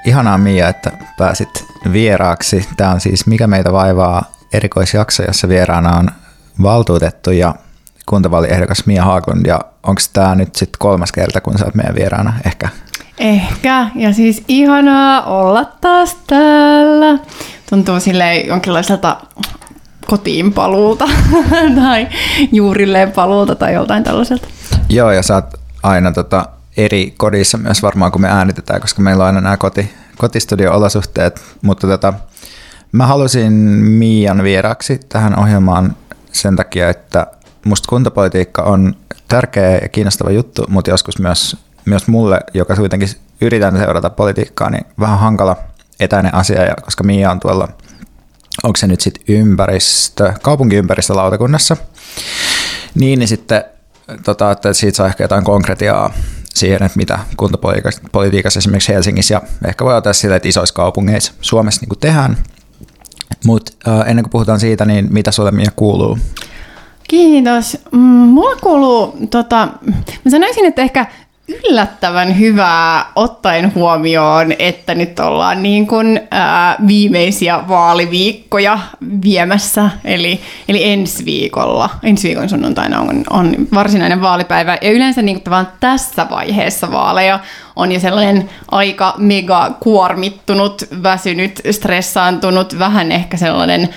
Ihanaa Mia, että pääsit vieraaksi. Tämä on siis Mikä meitä vaivaa -erikoisjakso, jossa vieraana on valtuutettu ja kuntavaaliehdokas Mia Haglund. Ja onko tämä nyt sitten 3. kerta, kun sä oot meidän vieraana? Ehkä. Ja siis ihanaa olla taas täällä. Tuntuu silleen jonkinlaiselta kotiin paluulta tai juurilleen paluulta tai joltain tällaiselta. Joo, ja sä oot aina eri kodissa myös varmaan, kun me äänitetään, koska meillä on aina nämä kotistudio-olosuhteet. Mutta mä halusin Mian vieraaksi tähän ohjelmaan sen takia, että musta kuntapolitiikka on tärkeä ja kiinnostava juttu, mutta joskus myös mulle, joka kuitenkin yritän seurata politiikkaa, niin vähän hankala etäinen asia, ja koska Mia on tuolla, onko se nyt sitten kaupunkiympäristölautakunnassa, niin sitten että siitä saa ehkä jotain konkretiaa siihen, että mitä kuntapolitiikassa esimerkiksi Helsingissä ja ehkä voi ottaa sillä, että isoissa kaupungeissa Suomessa niin kuin tehdään. Mutta ennen kuin puhutaan siitä, niin mitä sulle Mia kuuluu? Kiitos. Mulla kuuluu, mä sanoisin, että ehkä yllättävän hyvää ottaen huomioon, että nyt ollaan niin kuin, viimeisiä vaaliviikkoja viemässä, eli ensi viikon sunnuntaina on varsinainen vaalipäivä, ja yleensä niin kuin tavallaan tässä vaiheessa vaaleja on jo sellainen aika mega kuormittunut, väsynyt, stressaantunut, vähän ehkä sellainen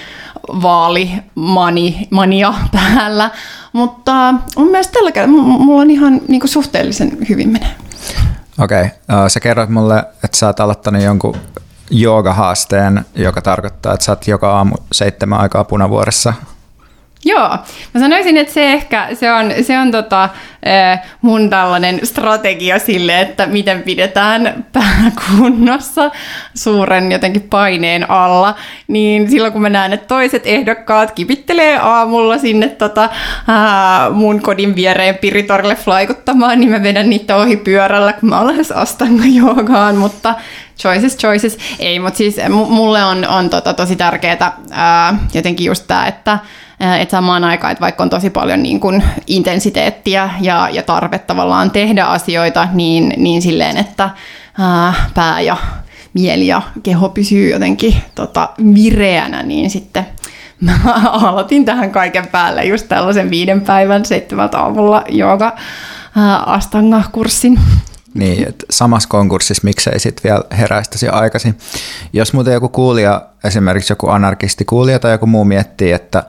vaalimania päällä, mutta mun mielestä tällä kertaa mulla on ihan niin kuin suhteellisen hyvin menee. Okei. Sä kerroit mulle, että sä oot aloittanut jonkun joogahaasteen, joka tarkoittaa, että sä oot joka aamu 7 aikaa Punavuoressa. Joo, mä sanoisin, että se on mun tällainen strategia sille, että miten pidetään pää kunnossa suuren jotenkin paineen alla, niin silloin kun mä näen, että toiset ehdokkaat kipittelee aamulla sinne mun kodin viereen Piritorille flaikuttamaan, niin mä vedän niitä ohi pyörällä, kun mä olen lähes astanga-joogaan, mutta choices. Ei, mutta siis mulle on tosi tärkeää jotenkin just tämä, että samaan aikaan, että vaikka on tosi paljon niin kuin intensiteettiä ja tarve tavallaan tehdä asioita, niin silleen, että pää ja mieli ja keho pysyy jotenkin vireänä, niin sitten mä aloitin tähän kaiken päälle just tällaisen 5 päivän 7 aamulla jooga astanga-kurssin. Niin, että samassa konkurssissa miksei sitten vielä heräisi tosi aikaisin. Jos muuten joku kuulija, esimerkiksi joku anarkistikuulija tai joku muu miettii, että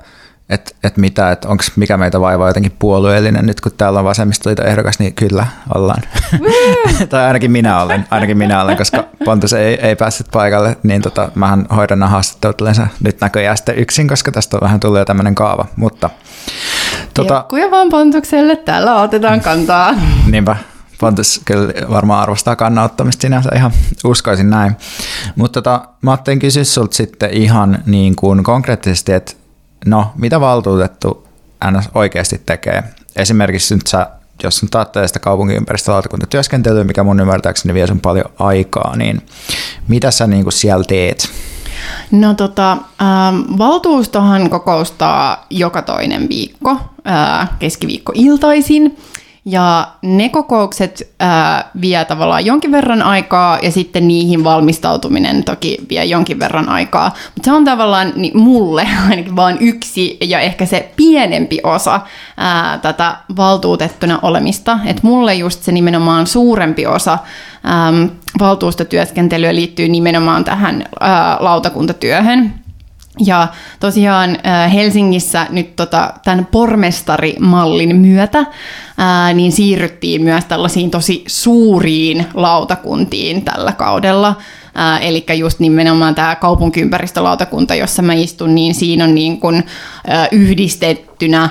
onko Mikä meitä vaivaa jotenkin puolueellinen nyt, kun täällä on vasemmistoliiton ehdokas, niin kyllä ollaan. Tai ainakin minä olen, koska Pontus ei päässyt paikalle, niin mähän hoidan nämä haastattelut yleensä nyt näköjään sitten yksin, koska tästä on vähän tullut jo tämmöinen kaava. Mutta Jokkuja vaan Pontukselle, täällä otetaan kantaa. Niinpä. Pontus kyllä varmaan arvostaa kannanottamista sinänsä, ihan uskoisin näin. Mutta mä ajattelin kysyä sulta sitten ihan niin kuin konkreettisesti, että mitä valtuutettu NS oikeasti tekee? Esimerkiksi nyt jos nyt ajattelee sitä kaupunkiympäristölautakuntatyöskentelyä, mikä mun ymmärtääkseni vie sun paljon aikaa, niin mitä sä niin kuin siellä teet? No valtuustohan kokoustaa joka toinen viikko, keskiviikkoiltaisin. Ja ne kokoukset vie tavallaan jonkin verran aikaa ja sitten niihin valmistautuminen toki vie jonkin verran aikaa. Mutta se on tavallaan mulle ainakin vain yksi ja ehkä se pienempi osa tätä valtuutettuna olemista. Että mulle just se nimenomaan suurempi osa valtuustotyöskentelyä liittyy nimenomaan tähän lautakuntatyöhön. Ja tosiaan Helsingissä nyt tämän pormestarimallin myötä niin siirryttiin myös tällaisiin tosi suuriin lautakuntiin tällä kaudella. Eli just nimenomaan tämä kaupunkiympäristölautakunta, jossa mä istun, niin siinä on niin kuin yhdistettynä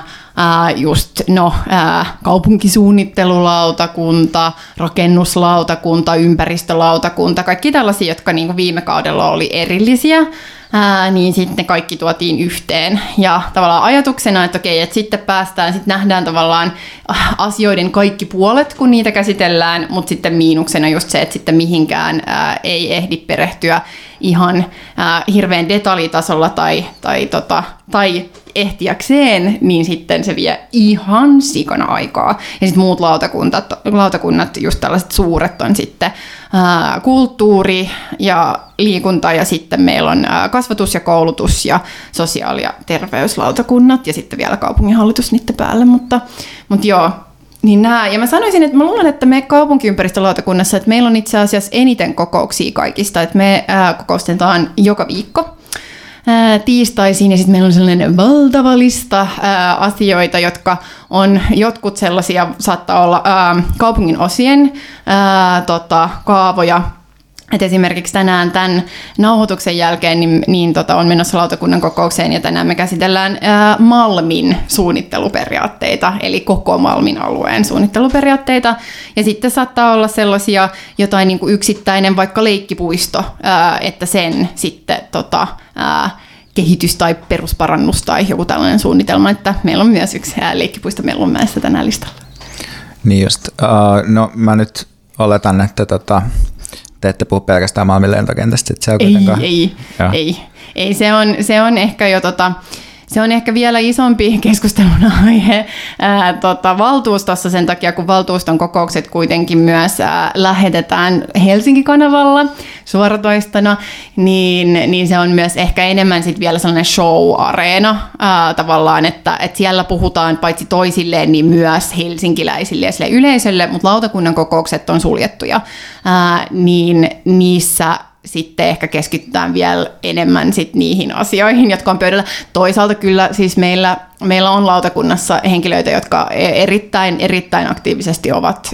kaupunkisuunnittelulautakunta, rakennuslautakunta, ympäristölautakunta, kaikki tällaisia, jotka niin kuin viime kaudella oli erillisiä. Niin sitten kaikki tuotiin yhteen. Ja tavallaan ajatuksena, että okei, että sitten nähdään tavallaan asioiden kaikki puolet, kun niitä käsitellään, mutta sitten miinuksena just se, että sitten mihinkään ei ehdi perehtyä ihan hirveän detaljitasolla tai ehtiäkseen, niin sitten se vie ihan sikana aikaa. Ja sitten muut lautakunnat, just tällaiset suuret, on sitten kulttuuri ja liikunta, ja sitten meillä on kasvatus ja koulutus ja sosiaali- ja terveyslautakunnat, ja sitten vielä kaupunginhallitus niiden päälle, mutta joo. Niin nämä. Ja mä sanoisin, että mä luulen, että me kaupunkiympäristölautakunnassa, että meillä on itse asiassa eniten kokouksia kaikista, että me kokoustetaan joka viikko tiistaisin, ja sitten meillä on sellainen valtava lista asioita, jotka on jotkut sellaisia, saattaa olla kaupungin osien kaavoja. Et esimerkiksi tänään tämän nauhoituksen jälkeen niin on menossa lautakunnan kokoukseen, ja tänään me käsitellään Malmin suunnitteluperiaatteita, eli koko Malmin alueen suunnitteluperiaatteita. Ja sitten saattaa olla sellaisia jotain niin kuin yksittäinen vaikka leikkipuisto, että sen sitten kehitys tai perusparannus tai joku tällainen suunnitelma, että meillä on myös yksi leikkipuisto Mellunmäessä tänään listalla. Niin just. No mä nyt oletan, että te ette puhu pelkästään Malmin lentokentästä, että se on kuitenkaan... Ei. Se on ehkä jo se on ehkä vielä isompi keskustelun aihe valtuustossa sen takia, kun valtuuston kokoukset kuitenkin myös lähetetään Helsinki-kanavalla suoratoistona, niin se on myös ehkä enemmän sit vielä sellainen show-areena tavallaan, että siellä puhutaan paitsi toisilleen, niin myös helsinkiläisille ja sille yleisölle, mutta lautakunnan kokoukset on suljettuja, niin niissä sitten ehkä keskitytään vielä enemmän sit niihin asioihin, jotka on pöydällä. Toisaalta kyllä siis meillä on lautakunnassa henkilöitä, jotka erittäin aktiivisesti ovat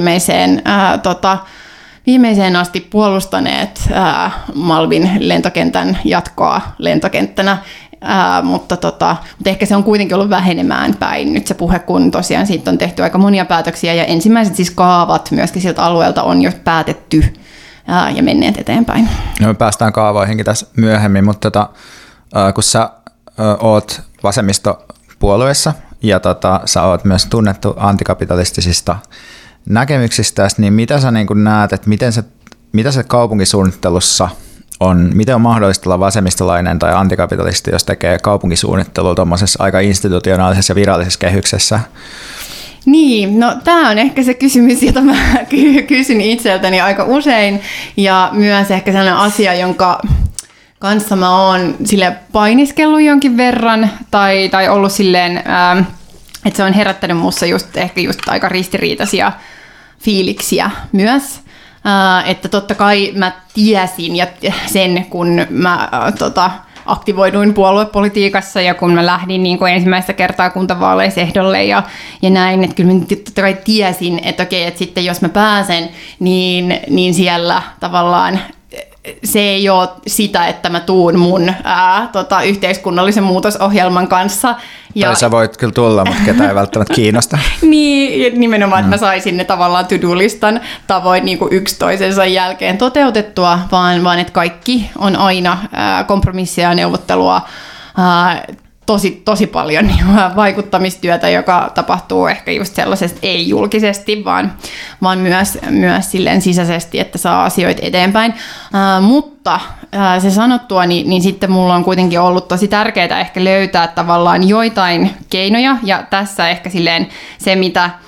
viimeiseen asti puolustaneet Malmin lentokentän jatkoa lentokenttänä, mutta ehkä se on kuitenkin ollut vähenemään päin nyt se puhe, kun tosiaan siitä on tehty aika monia päätöksiä, ja ensimmäiset siis kaavat myöskin siltä alueelta on jo päätetty ja menneet eteenpäin. No, me päästään kaavoihinkin tässä myöhemmin, mutta kun sä oot vasemmistopuolueessa ja sä oot myös tunnettu antikapitalistisista näkemyksistä, niin mitä sä niin kun näet, että mitä se kaupunkisuunnittelussa on, miten on mahdollista olla vasemmistolainen tai antikapitalisti, jos tekee kaupunkisuunnittelua tuommoisessa aika institutionaalisessa ja virallisessa kehyksessä? Niin, no tämä on ehkä se kysymys, jota mä kysyn itseltäni aika usein, ja myös ehkä sellainen asia, jonka kanssa mä oon sille painiskellut jonkin verran, tai ollut silleen, että se on herättänyt musta ehkä just aika ristiriitaisia fiiliksiä myös. Että totta kai mä tiesin ja sen, kun mä aktivoiduin puoluepolitiikassa ja kun mä lähdin niin kuin ensimmäistä kertaa kuntavaaleissa ehdolle ja näin, että kyllä mä totta kai tiesin, että okei, että sitten jos mä pääsen, niin siellä tavallaan se ei ole sitä, että mä tuun mun yhteiskunnallisen muutosohjelman kanssa. Tai sä voit kyllä tulla, mutta ketään ei välttämättä kiinnosta. Niin, nimenomaan, että mä saisin ne tavallaan to-do-listan tavoin niin kuin yksi toisensa jälkeen toteutettua, vaan että kaikki on aina kompromissia ja neuvottelua, tosi paljon vaikuttamistyötä, joka tapahtuu ehkä just sellaisesti ei-julkisesti, vaan myös silleen sisäisesti, että saa asioita eteenpäin. Mutta se sanottua, niin sitten mulla on kuitenkin ollut tosi tärkeää ehkä löytää tavallaan joitain keinoja, ja tässä ehkä silleen se,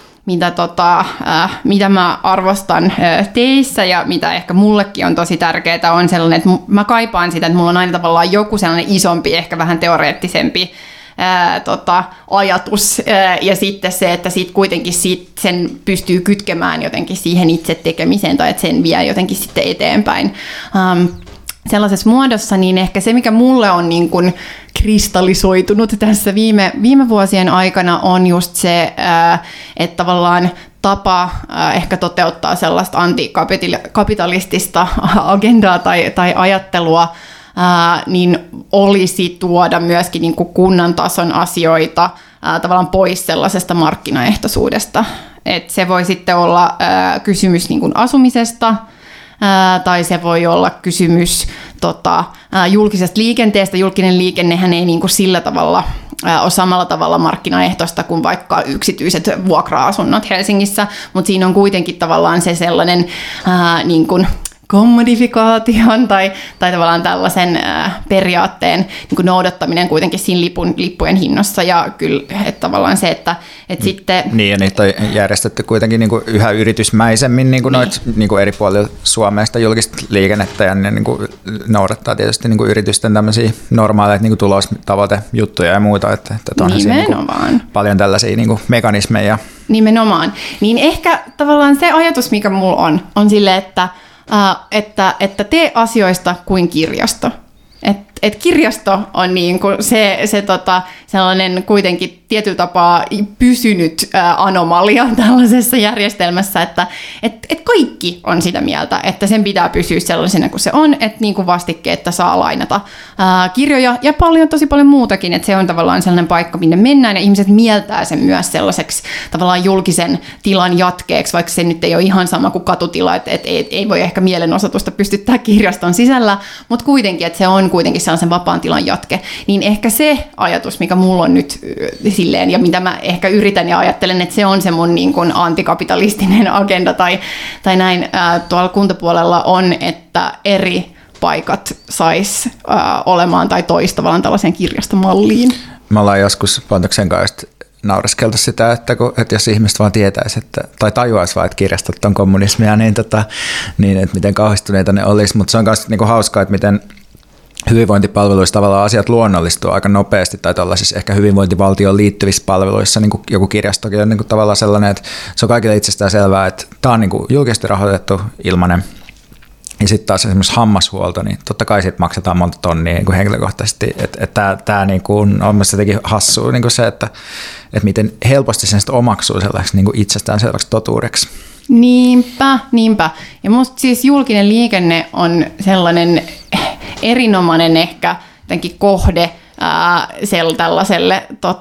mitä mä arvostan teissä ja mitä ehkä mullekin on tosi tärkeää, on sellainen, että mä kaipaan sitä, että mulla on aina tavallaan joku sellainen isompi, ehkä vähän teoreettisempi ajatus, ja sitten se, että sit kuitenkin sen pystyy kytkemään jotenkin siihen itse tekemiseen, tai että sen vie jotenkin sitten eteenpäin. Sellaisessa muodossa, niin ehkä se, mikä mulle on niin kuin kristallisoitunut tässä viime vuosien aikana, on just se, että tavallaan tapa ehkä toteuttaa sellaista antikapitalistista agendaa tai ajattelua, niin olisi tuoda myöskin niin kuin kunnan tason asioita tavallaan pois sellaisesta markkinaehtoisuudesta. Et se voi sitten olla kysymys niin kuin asumisesta, tai se voi olla kysymys julkisesta liikenteestä. Julkinen liikennehän ei niin kuin sillä tavalla ole samalla tavalla markkinaehtoista kuin vaikka yksityiset vuokra-asunnot Helsingissä, mutta siinä on kuitenkin tavallaan se sellainen niin kuin kommodifikaation tai tavallaan tällaisen periaatteen niin kuin noudattaminen kuitenkin siinä lippujen hinnassa ja kyllä että tavallaan se, että sitten... Niin ja niitä on järjestetty kuitenkin niin kuin yhä yritysmäisemmin niin kuin noit, niin kuin eri puolilla Suomesta julkista liikennettä ja ne niin kuin noudattaa tietysti niin kuin yritysten tämmöisiä normaaleja niin kuin tulostavoitejuttuja ja muuta, että onhan siinä niin kuin paljon tällaisia niin kuin mekanismeja. Nimenomaan. Niin ehkä tavallaan se ajatus, mikä mulla on silleen, että tee asioista kuin kirjasto. Et kirjasto on niin kuin se sellainen kuitenkin tietyllä tapaa pysynyt anomalia tällaisessa järjestelmässä, että kaikki on sitä mieltä, että sen pitää pysyä sellaisena kuin se on, että niin kuin vastikkeetta saa lainata kirjoja ja tosi paljon muutakin, että se on tavallaan sellainen paikka, minne mennään ja ihmiset mieltää sen myös sellaiseksi tavallaan julkisen tilan jatkeeksi, vaikka se nyt ei ole ihan sama kuin katutila, että ei voi ehkä mielenosoitusta pystyttää kirjaston sisällä, mutta kuitenkin, että se on kuitenkin sellaisen vapaan tilan jatke, niin ehkä se ajatus, mikä mulla on nyt silleen, ja mitä mä ehkä yritän ja ajattelen, että se on se mun niin kuin antikapitalistinen agenda tai näin tuolla kuntapuolella on, että eri paikat sais olemaan tai toistavallaan tällaiseen kirjastomalliin. Me ollaan joskus Pontoksen kanssa naureskeltu sitä, että jos ihmiset vaan tietäisi, tai tajuaisi vaan, että kirjastot on kommunismia, niin että miten kauhistuneita ne olisi, mutta se on myös niin kuin hauskaa, että miten hyvinvointipalveluissa tavallaan asiat luonnollistuu aika nopeasti, tai tällaisissa ehkä hyvinvointivaltioon liittyvissä palveluissa, niin kuin joku kirjastokin on niin kuin tavallaan sellainen, että se on kaikille itsestään selvää, että tämä on niin kuin julkisesti rahoitettu ilmainen. Ja sitten taas esimerkiksi hammashuolto, niin totta kai siitä maksetaan monta tonnia niin kuin henkilökohtaisesti. Tämä niin kuin on myös jotenkin hassua niin kuin se, että miten helposti sen omaksuu sellaiseksi niin kuin itsestään selväksi totuudeksi. Niinpä. Ja musta siis julkinen liikenne on sellainen erinomainen ehkä jotenkin kohde tällaiselle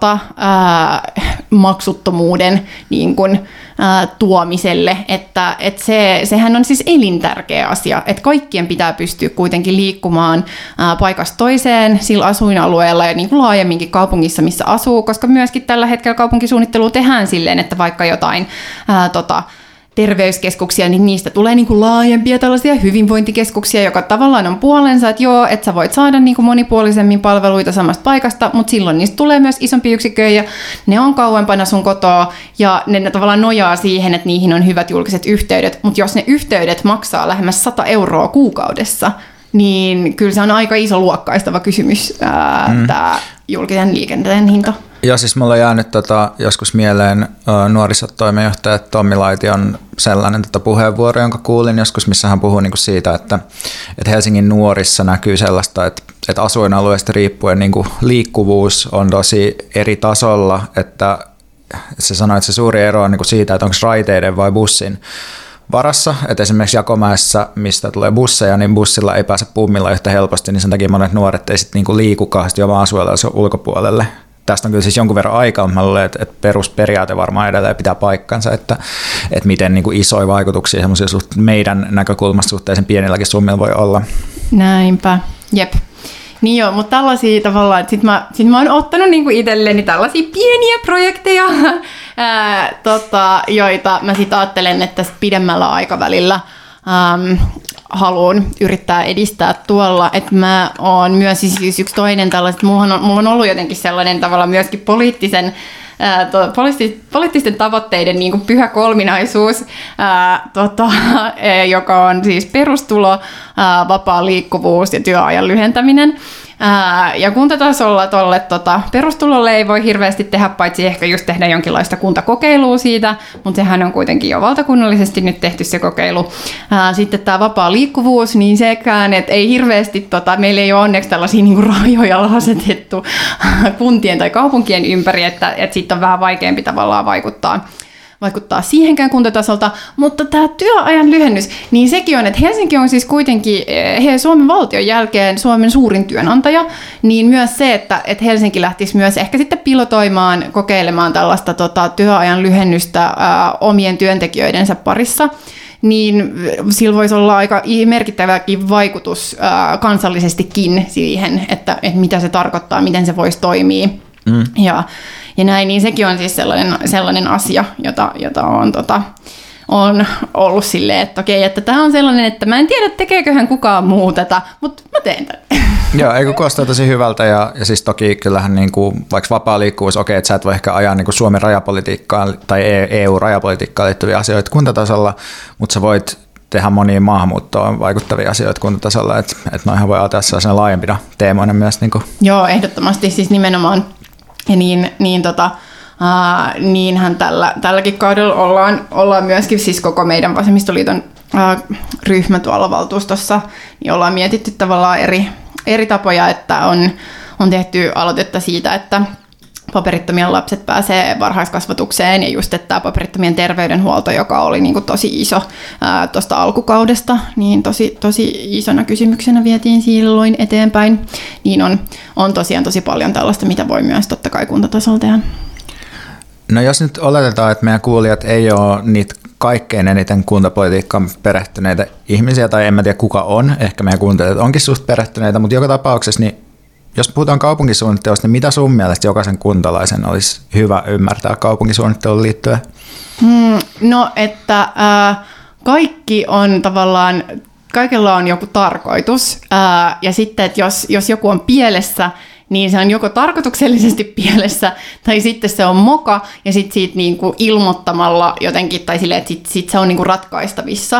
maksuttomuuden niin kuin, tuomiselle, että sehän on siis elintärkeä asia, että kaikkien pitää pystyä kuitenkin liikkumaan paikasta toiseen sillä asuinalueella ja niin kuin laajemminkin kaupungissa, missä asuu, koska myöskin tällä hetkellä kaupunkisuunnittelua tehdään silleen, että vaikka jotain terveyskeskuksia, niin niistä tulee niin kuin laajempia tällaisia hyvinvointikeskuksia, joka tavallaan on puolensa, että joo, että sä voit saada niin kuin monipuolisemmin palveluita samasta paikasta, mutta silloin niistä tulee myös isompi yksikköjä ja ne on kauempana sun kotoa ja ne tavallaan nojaa siihen, että niihin on hyvät julkiset yhteydet, mutta jos ne yhteydet maksaa lähemmäs 100 € kuukaudessa, niin kyllä se on aika iso luokkaistava kysymys tämä julkisen liikenteen hinta. Joo, siis mulla on jäänyt joskus mieleen nuorisotoimenjohtaja Tommi Laition sellainen puheenvuoro, jonka kuulin joskus, missä hän puhui niinku siitä, että Helsingin nuorissa näkyy sellaista, että asuinalueesta riippuen niinku liikkuvuus on tosi eri tasolla, että se sanoi, että se suuri ero on niinku siitä, että onko raiteiden vai bussin varassa, että esimerkiksi Jakomäessä, mistä tulee busseja, niin bussilla ei pääse pummilla yhtä helposti, niin sen takia monet nuoret ei sitten niinku liiku kauheasti oman asuinalueensa ulkopuolelle. Tästä on kyllä siis jonkun verran aikaa, mutta mä luulen, että perusperiaate varmaan edelleen pitää paikkansa, että miten niin kuin isoja vaikutuksia semmoisia meidän näkökulmasta suhteellisen pienilläkin summilla voi olla. Näinpä, jep. Niin joo, mutta tällaisia tavallaan, että sit mä oon ottanut niinku itselleni tällaisia pieniä projekteja, joita mä sit ajattelen, että pidemmällä aikavälillä haluan yrittää edistää tuolla, että mä oon myös siis yksi toinen tällaiset, mulla on ollut jotenkin sellainen tavalla myöskin poliittisten tavoitteiden niin kuin pyhä kolminaisuus, joka on siis perustulo, vapaa liikkuvuus ja työajan lyhentäminen. Ja kuntatasolla tuolle perustulolle ei voi hirveästi tehdä, paitsi ehkä just tehdä jonkinlaista kuntakokeilua siitä, mutta sehän on kuitenkin jo valtakunnallisesti nyt tehty se kokeilu. Sitten tämä vapaa liikkuvuus, niin sekään, että ei hirveästi, meillä ei ole onneksi tällaisia niinku rajoja asetettu kuntien tai kaupunkien ympäri, että siitä on vähän vaikeampi tavallaan vaikuttaa siihenkään kuntatasolta, mutta tämä työajan lyhennys, niin sekin on, että Helsinki on siis kuitenkin Suomen valtion jälkeen Suomen suurin työnantaja, niin myös se, että Helsinki lähtisi myös ehkä sitten pilotoimaan, kokeilemaan tällaista työajan lyhennystä omien työntekijöidensä parissa, niin sillä voisi olla aika merkittäväkin vaikutus kansallisestikin siihen, että mitä se tarkoittaa, miten se voisi toimia. Ja näin, niin sekin on siis sellainen asia, jota on on ollut silleen, että okei, että tämä on sellainen, että mä en tiedä tekeeköhän kukaan muu tätä, mutta mä teen tämän. Joo, eikö kuulostaa tosi hyvältä ja siis toki kyllähän niin kuin, vaikka vapaa liikkuvuus, okei, että sä et voi ehkä ajaa niin kuin Suomen rajapolitiikkaan tai EU-rajapolitiikkaan liittyviä asioita kuntatasolla, mutta sä voit tehdä moniin maahanmuuttoon vaikuttavia asioita kuntatasolla, että noihän voi ajatella sellaisena laajempina teemoina myös. Niin kuin. Joo, ehdottomasti siis nimenomaan. Ja niinhän tälläkin kaudella ollaan myöskin siis koko meidän vasemmistoliiton ryhmä tuolla valtuustossa, niin ollaan mietitty tavallaan eri tapoja, että on tehty aloitetta siitä, että paperittomien lapset pääsee varhaiskasvatukseen ja just, että tämä paperittomien terveydenhuolto, joka oli niin kuin tosi iso tuosta alkukaudesta, niin tosi isona kysymyksenä vietiin silloin eteenpäin, niin on tosiaan tosi paljon tällaista, mitä voi myös totta kai kuntatasolla tehdä. No jos nyt oletetaan, että meidän kuulijat ei ole niitä kaikkein eniten kuntapolitiikkaan perehtyneitä ihmisiä, tai en mä tiedä kuka on, ehkä meidän kuuntelijat onkin suht perehtyneitä, mutta joka tapauksessa, niin jos puhutaan kaupunkisuunnittelusta, niin mitä sun mielestä jokaisen kuntalaisen olisi hyvä ymmärtää kaupunkisuunnitteluun liittyen? No, että kaikki on tavallaan, kaikella on joku tarkoitus, ja sitten, että jos joku on pielessä, niin se on joko tarkoituksellisesti pielessä, tai sitten se on moka, ja sitten siitä niinku ilmoittamalla jotenkin, tai silleen, että sit se on niinku ratkaistavissa.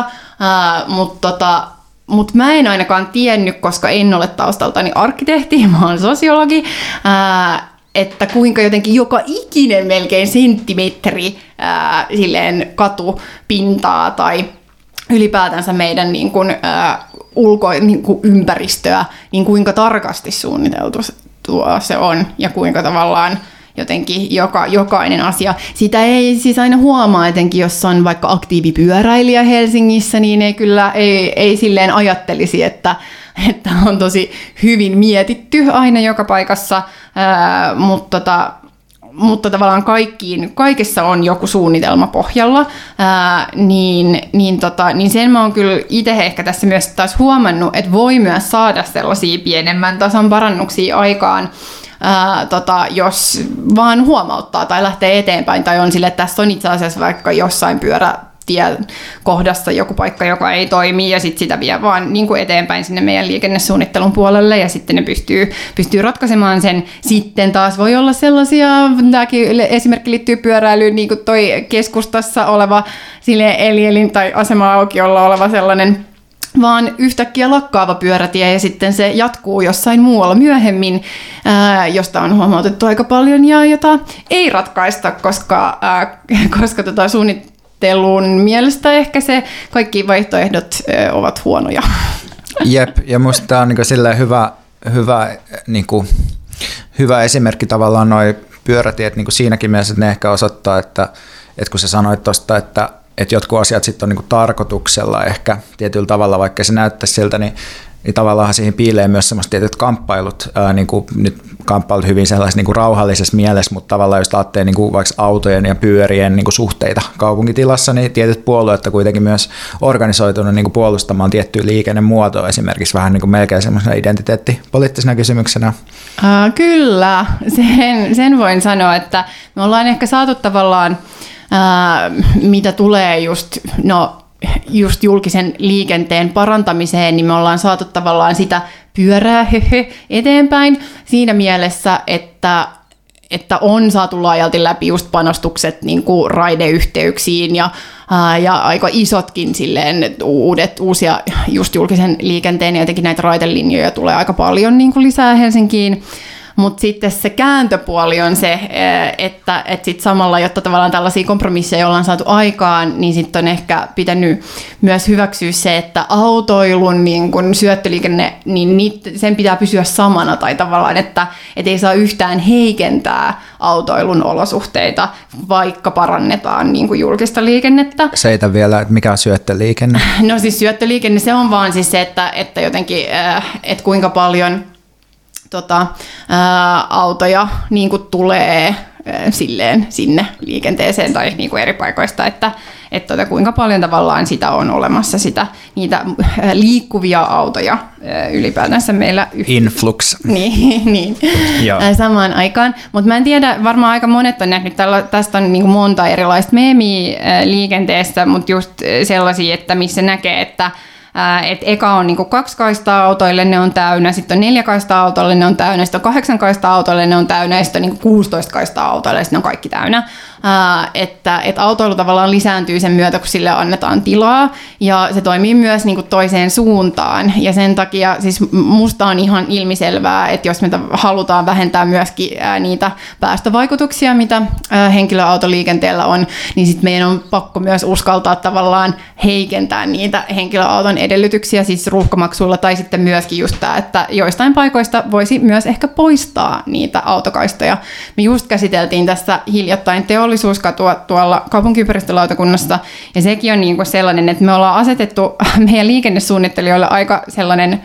Mutta mä en ainakaan tiennyt, koska en ole taustaltani arkkitehti, mä oon sosiologi, että kuinka jotenkin joka ikinen melkein senttimetri silleen katupintaa tai ylipäätänsä meidän niin kuin, ympäristöä, niin kuinka tarkasti suunniteltu se on ja kuinka tavallaan jotenkin jokainen asia. Sitä ei siis aina huomaa, etenkin jos on vaikka aktiivipyöräilijä Helsingissä, niin ei silleen ajattelisi, että on tosi hyvin mietitty aina joka paikassa, mutta tavallaan kaikessa on joku suunnitelma pohjalla, niin sen mä oon kyllä itse ehkä tässä myös taas huomannut, että voi myös saada sellaisia pienemmän tason parannuksia aikaan, jos vaan huomauttaa tai lähtee eteenpäin, tai on sille, että tässä on itse asiassa vaikka jossain pyörätiekohdassa joku paikka, joka ei toimi, ja sitten sitä vie vaan niin kuin eteenpäin sinne meidän liikennesuunnittelun puolelle, ja sitten ne pystyy ratkaisemaan sen. Sitten taas voi olla sellaisia, tämäkin esimerkki liittyy pyöräilyyn, niin kuin toi keskustassa oleva elin tai asema-aukiolla oleva sellainen vaan yhtäkkiä lakkaava pyörätie ja sitten se jatkuu jossain muualla myöhemmin, josta on huomautettu aika paljon ja jota ei ratkaista, koska suunnittelun mielestä ehkä se kaikki vaihtoehdot ovat huonoja. Jep, ja musta tämä on niin silleen hyvä esimerkki tavallaan noi pyörätiet niin siinäkin mielessä, että ne ehkä osoittaa, että kun sä sanoit tuosta, että jotkut asiat sitten on niinku tarkoituksella ehkä tietyllä tavalla, vaikka se näyttäisi siltä, niin tavallaan siihen piilee myös semmoiset tietyt kamppailut, niinku nyt kamppailut hyvin sellaisessa niinku rauhallisessa mielessä, mutta tavallaan jos ajattelee niinku vaikka autojen ja pyörien niinku suhteita kaupunkitilassa, niin tietyt puolueet on kuitenkin myös organisoitunut niinku puolustamaan tiettyä liikennemuotoa esimerkiksi vähän niinku melkein semmoisena identiteettipoliittisena kysymyksenä. Kyllä, sen voin sanoa, että me ollaan ehkä saatu tavallaan mitä tulee just julkisen liikenteen parantamiseen, niin me ollaan saatu tavallaan sitä pyörää eteenpäin siinä mielessä, että on saatu laajalti läpi just panostukset niin kuin raideyhteyksiin ja aika isotkin silleen uusia just julkisen liikenteen ja jotenkin näitä raitelinjoja tulee aika paljon niin kuin lisää Helsinkiin. Mutta sitten se kääntöpuoli on se, että sit samalla, jotta tavallaan tällaisia kompromisseja ollaan saatu aikaan, niin sitten on ehkä pitänyt myös hyväksyä se, että autoilun niin kun syöttöliikenne, niin sen pitää pysyä samana tai tavallaan, että ei saa yhtään heikentää autoilun olosuhteita, vaikka parannetaan niin kun julkista liikennettä. Seitä vielä, että mikä on syöttöliikenne? No siis syöttöliikenne, se on vaan siis se, että jotenkin, että kuinka paljon autoja niin kuin tulee silleen sinne liikenteeseen tai niin kuin eri paikoista, että kuinka paljon tavallaan sitä on olemassa, niitä liikkuvia autoja ylipäätänsä meillä. Influx. Niin. Samaan aikaan. Mutta mä en tiedä, varmaan aika monet on nähnyt, tästä on niin kuin monta erilaista meemiä liikenteessä, mutta just sellaisia, että missä näkee, että eka on niinku 2 kaistaa autoille, ne on täynnä, sitten on 4 kaistaa autoille, ne on täynnä, sitten on 8 kaistaa autoille, ne on täynnä, ja sitten on niinku 16 kaistaa autoille, ja sitten on kaikki täynnä. Että autoilu tavallaan lisääntyy sen myötä, kun sille annetaan tilaa, ja se toimii myös niinku toiseen suuntaan, ja sen takia siis musta on ihan ilmiselvää, että jos me halutaan vähentää myöskin niitä päästövaikutuksia, mitä henkilöautoliikenteellä on, niin sitten meidän on pakko myös uskaltaa tavallaan heikentää niitä henkilöauton edellytyksiä, siis ruuhkamaksuilla, tai sitten myöskin just tämä, että joistain paikoista voisi myös ehkä poistaa niitä autokaistoja. Me just käsiteltiin tässä hiljattain teollisuuskatua tuolla kaupunkiympäristölautakunnassa, ja sekin on niinku sellainen, että me ollaan asetettu meidän liikennesuunnittelijoille aika sellainen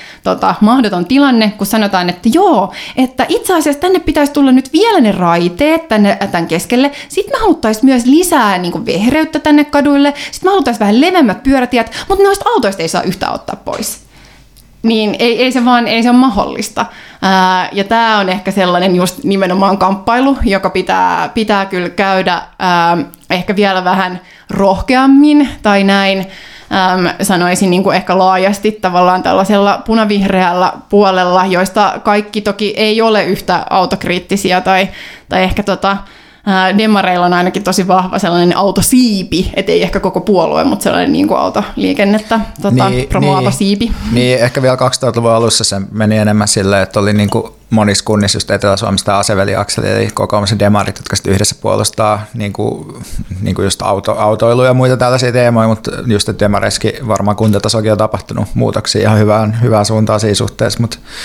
mahdoton tilanne, kun sanotaan, että joo, että itse asiassa tänne pitäisi tulla nyt vielä ne raiteet tämän keskelle, sitten me haluttaisiin myös lisää niinku vehreyttä tänne kaduille, sitten me haluttaisiin vähän leveämmät pyörätiet, mutta noista autoista ei saa yhtään ottaa pois. Niin ei se ole mahdollista. Ja tämä on ehkä sellainen just nimenomaan kamppailu, joka pitää kyllä käydä ehkä vielä vähän rohkeammin tai näin. Sanoisin niin kuin ehkä laajasti tavallaan tällaisella punavihreällä puolella, joista kaikki toki ei ole yhtä autokriittisiä tai ehkä demareilla on ainakin tosi vahva sellainen autosiipi, ettei ehkä koko puolue, mutta sellainen niin kuin autoliikennettä promoava siipi. Niin, ehkä vielä 2000-luvun alussa se meni enemmän silleen, että oli niin kuin monissa kunnissa just Etelä-Suomesta Aseveli-akseli, eli kokoomus ja demarit, jotka sitten yhdessä puolustaa niin kuin just autoilu ja muita tällaisia teemoja, mutta just että demareissakin varmaan kuntatasokin on tapahtunut muutoksia ihan hyvään suuntaan siinä suhteessa,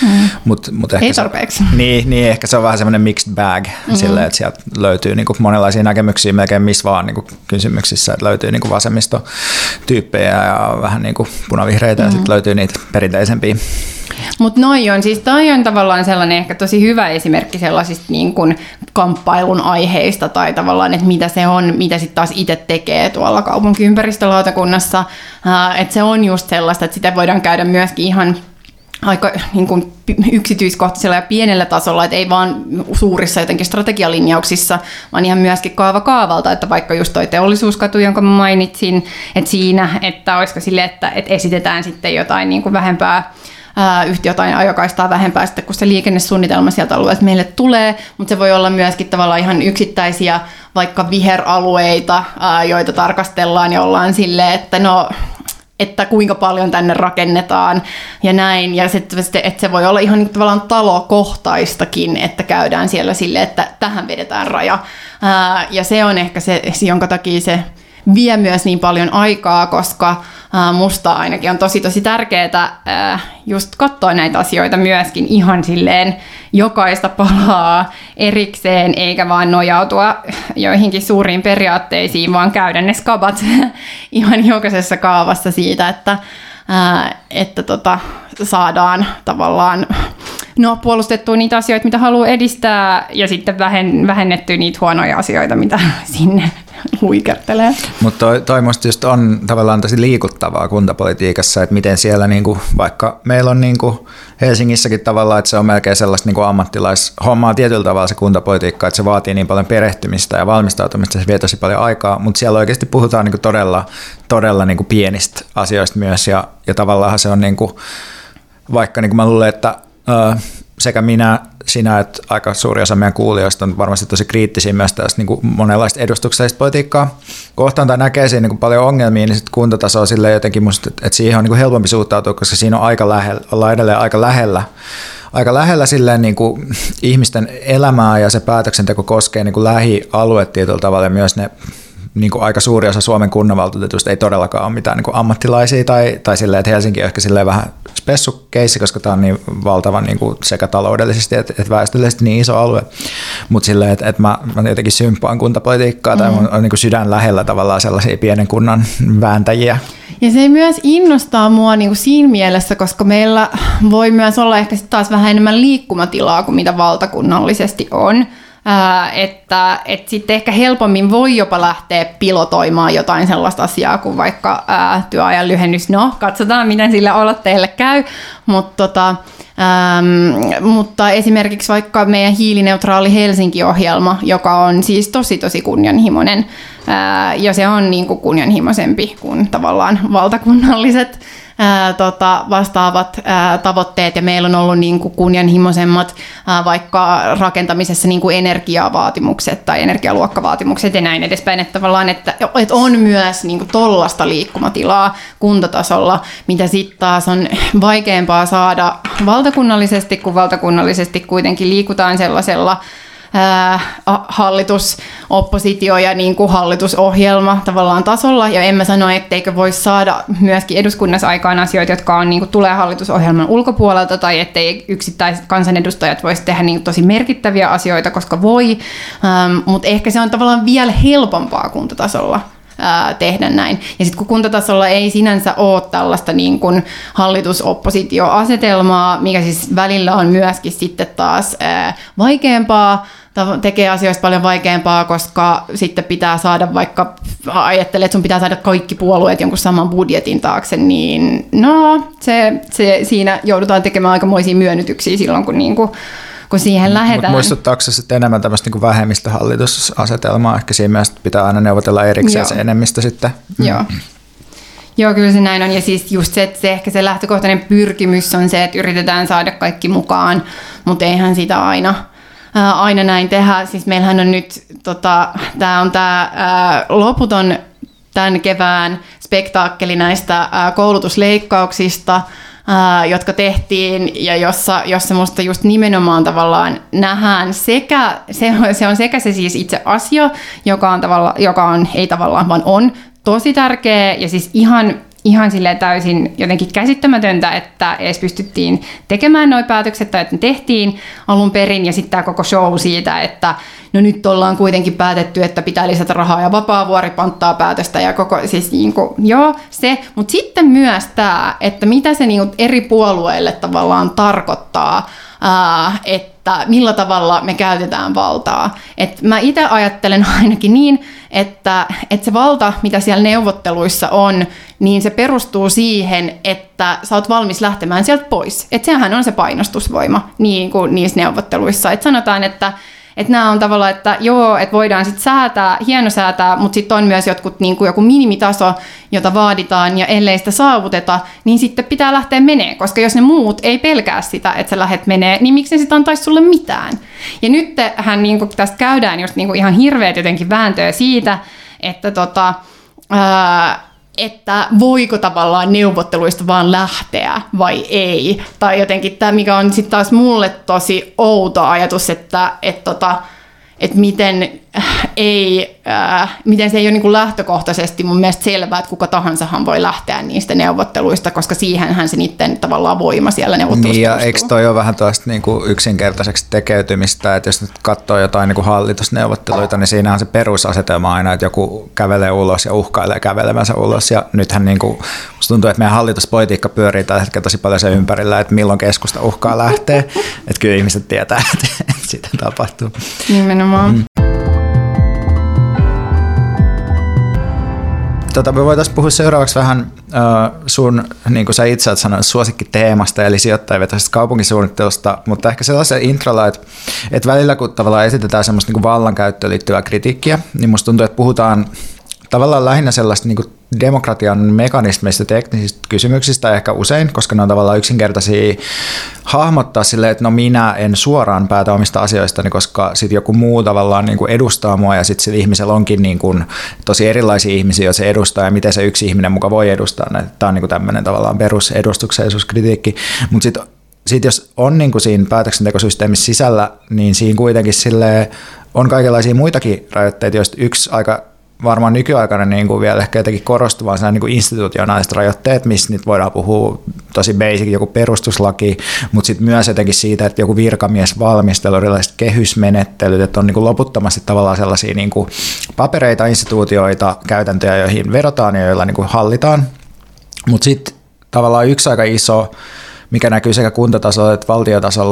mutta ehkä ei tarpeeksi. Niin, ehkä se on vähän semmoinen mixed bag, silleen, että sieltä löytyy niin kuin monenlaisia näkemyksiä melkein missä vaan niin kuin kysymyksissä, että löytyy niin kuin vasemmistotyyppejä ja vähän niin kuin punavihreitä ja sitten löytyy niitä perinteisempiä. Mutta toi on tavallaan sellainen ehkä tosi hyvä esimerkki sellaisista niin kuin kamppailun aiheista tai tavallaan, että mitä se on, mitä sitten taas itse tekee tuolla kaupunkiympäristölautakunnassa. Että se on just sellaista, että sitä voidaan käydä myöskin ihan aika niin kuin yksityiskohtaisella ja pienellä tasolla, että ei vaan suurissa jotenkin strategialinjauksissa, vaan ihan myöskin kaavalta, että vaikka just toi teollisuuskatu, jonka mä mainitsin, että siinä, että olisiko sille, että esitetään sitten jotain niin kuin vähempää jotain ajokaistaa vähempää sitten, kun se liikennesuunnitelma sieltä alueelta meille tulee, mutta se voi olla myöskin tavallaan ihan yksittäisiä vaikka viheralueita, joita tarkastellaan ja ollaan silleen, että kuinka paljon tänne rakennetaan ja näin, ja sitten, että se voi olla ihan tavallaan talokohtaistakin, että käydään siellä silleen, että tähän vedetään raja, ja se on ehkä se, jonka takia se vie myös niin paljon aikaa, koska musta ainakin on tosi tärkeää just katsoa näitä asioita myöskin ihan silleen jokaista palaa erikseen, eikä vaan nojautua joihinkin suuriin periaatteisiin, vaan käydä ne skabat ihan jokaisessa kaavassa siitä, että saadaan tavallaan puolustettua niitä asioita, mitä haluaa edistää, ja sitten vähennettyä niitä huonoja asioita, mitä sinne huikertelee. Mutta toi musta just on tavallaan tosi liikuttavaa kuntapolitiikassa, että miten siellä niinku, vaikka meillä on niinku Helsingissäkin tavallaan, että se on melkein sellaista niinku ammattilaishommaa tietyllä tavalla se kuntapolitiikka, että se vaatii niin paljon perehtymistä ja valmistautumista, se vie tosi paljon aikaa, mutta siellä oikeasti puhutaan niinku todella niinku pienistä asioista myös, ja tavallaan se on niinku, vaikka niinku mä luulen, että sekä sinä, että aika suuri osa meidän kuulijoista on varmasti tosi kriittisiä myös tästä niin kuin monenlaista edustuksellista politiikkaa kohtaan tai näkee siinä niin kuin paljon ongelmia, niin sitten kuntataso on silleen jotenkin musta, että siihen on niin kuin helpompi suhtautua, koska siinä on ollaan edelleen aika lähellä silleen niin kuin ihmisten elämää, ja se päätöksenteko koskee niin kuin lähialueet tietyllä tavalla, ja myös ne niin kuin aika suuri osa Suomen kunnanvaltuutetusta ei todellakaan ole mitään niin kuin ammattilaisia tai silleen, että Helsinki on ehkä silleen vähän spessukeissi, koska tämä on niin valtavan niin kuin sekä taloudellisesti että väestöllisesti niin iso alue, mutta silleen, että mä jotenkin symppaan kuntapolitiikkaa tai on niin kuin sydän lähellä tavallaan sellaisia pienen kunnan vääntäjiä. Ja se myös innostaa mua niin kuin siinä mielessä, koska meillä voi myös olla ehkä sit taas vähän enemmän liikkumatilaa kuin mitä valtakunnallisesti on. että sitten ehkä helpommin voi jopa lähteä pilotoimaan jotain sellaista asiaa kuin vaikka työajan lyhennys. No, katsotaan, miten sillä aloitteelle käy, mutta esimerkiksi vaikka meidän hiilineutraali Helsinki-ohjelma, joka on siis tosi kunnianhimoinen, ja se on niin kuin kunnianhimoisempi kuin tavallaan valtakunnalliset vastaavat tavoitteet, ja meillä on ollut niin kuin kunnianhimoisemmat vaikka rakentamisessa niin kuin energiavaatimukset tai energialuokkavaatimukset ja näin edespäin, että tavallaan, että on myös niin kuin tollasta liikkumatilaa kuntatasolla, mitä sitten taas on vaikeampaa saada valtakunnallisesti, kun valtakunnallisesti kuitenkin liikutaan sellaisella hallitus, oppositio ja niin kuin hallitusohjelma tavallaan tasolla, ja en mä sano, etteikö voisi saada myöskin eduskunnassa aikaan asioita, jotka on, niin kuin, tulee hallitusohjelman ulkopuolelta, tai ettei yksittäiset kansanedustajat voisi tehdä niin kuin, tosi merkittäviä asioita, koska voi, mutta ehkä se on tavallaan vielä helpompaa kuntatasolla tehdä näin. Ja sitten kun kuntatasolla ei sinänsä ole tällaista niin kuin hallitus-oppositio-asetelmaa, mikä siis välillä on myöskin sitten taas vaikeampaa, tekee asioista paljon vaikeampaa, koska sitten pitää saada vaikka, ajattelee, että sun pitää saada kaikki puolueet jonkun saman budjetin taakse, niin no, siinä joudutaan tekemään aikamoisia myönnytyksiä silloin, kun siihen lähdetään. Mutta muistuttaako se sitten enemmän tämmöistä niin kuin vähemmistöhallitusasetelmaa? Ehkä siinä myös pitää aina neuvotella erikseen se enemmistö sitten. Joo, kyllä se näin on. Ja siis just se, että ehkä se lähtökohtainen pyrkimys on se, että yritetään saada kaikki mukaan, mutta eihän sitä aina näin tehdä. Siis meillähän on nyt, tämä on tämä loputon tämän kevään spektaakkeli näistä koulutusleikkauksista, jotka tehtiin ja jossa musta just nimenomaan tavallaan nähdään sekä, se on sekä se siis itse asia, joka on ei tavallaan, vaan on tosi tärkeä ja siis ihan silleen täysin jotenkin käsittämätöntä, että edes pystyttiin tekemään nuo päätökset tai että ne tehtiin alun perin ja sitten tämä koko show siitä, että no nyt ollaan kuitenkin päätetty, että pitää lisätä rahaa ja Vapaavuori panttaa päätöstä ja koko siis niinku, joo se, mutta sitten myös tämä, että mitä se niinku eri puolueille tavallaan tarkoittaa, että millä tavalla me käytetään valtaa. Et mä itse ajattelen ainakin niin, että se valta, mitä siellä neuvotteluissa on, niin se perustuu siihen, että sä oot valmis lähtemään sieltä pois. Että sehän on se painostusvoima niin kuin niissä neuvotteluissa. Että sanotaan, että nämä on tavallaan, että joo, että voidaan sitten hienosäätää, mutta sitten on myös niin kuin joku minimitaso, jota vaaditaan, ja ellei sitä saavuteta, niin sitten pitää lähteä menee, koska jos ne muut ei pelkää sitä, että sä lähdet menee, niin miksi ne sitten antaisi sulle mitään? Ja nythän niin kuin tästä käydään just niin kuin ihan hirveät jotenkin vääntöä siitä, että voiko tavallaan neuvotteluista vaan lähteä vai ei. Tai jotenkin tämä, mikä on sitten taas mulle tosi outo ajatus, että miten se ei ole niin kuin lähtökohtaisesti mun mielestä selvää, että kuka tahansahan voi lähteä niistä neuvotteluista, koska siihenhän se niiden tavallaan voima siellä neuvottelussa niin, ja eikö toi ole vähän tuosta niin kuin yksinkertaiseksi tekeytymistä, että jos nyt katsoo jotain niin kuin hallitusneuvotteluita, niin siinähän on se perusasetelma aina, että joku kävelee ulos ja uhkailee kävelemänsä ulos, ja nythän niin kuin, musta tuntuu, että meidän hallituspolitiikka pyörii tällä hetkellä tosi paljon sen ympärillä, että milloin keskusta uhkaa lähteä, että kyllä ihmiset tietää, että sitä tapahtuu. Nimenomaan. Me voitaisiin puhua seuraavaksi vähän sun, niin kuin sä itse olet sanonut, suosikkiteemasta, eli sijoittajavetoisesta kaupunkisuunnittelusta, mutta ehkä sellaisen introlla, että välillä kun tavallaan esitetään semmoista niin kuin vallankäyttöön liittyvää kritiikkiä, niin musta tuntuu, että puhutaan tavallaan lähinnä sellaista niin kuin demokratian mekanismeista, teknisistä kysymyksistä ehkä usein, koska ne on tavallaan yksinkertaisia hahmottaa silleen, että no minä en suoraan päätä omista asioistani, koska sitten joku muu tavallaan niin kuin edustaa mua ja sitten ihmisellä onkin niin kuin tosi erilaisia ihmisiä, joita se edustaa ja miten se yksi ihminen muka voi edustaa. Tämä on niin kuin tämmöinen tavallaan perusedustuksellisuuskritiikki, mutta sitten jos on niin kuin siinä päätöksentekosysteemissä sisällä, niin siinä kuitenkin on kaikenlaisia muitakin rajoitteita, joista yksi aika varmaan nykyaikana niin kuin vielä ehkä jotenkin korostuvaa sellainen niin kuin institutionaaliset rajoitteet, missä nyt voidaan puhua tosi basic, joku perustuslaki, mutta sitten myös jotenkin siitä, että joku virkamiesvalmistelu, erilaiset kehysmenettelyt, että on niin kuin loputtomasti tavallaan sellaisia niin kuin papereita, instituutioita, käytäntöjä, joihin vedotaan ja joilla niin kuin hallitaan. Mutta sitten tavallaan yksi aika iso, mikä näkyy sekä kuntatasolla että valtiotasolla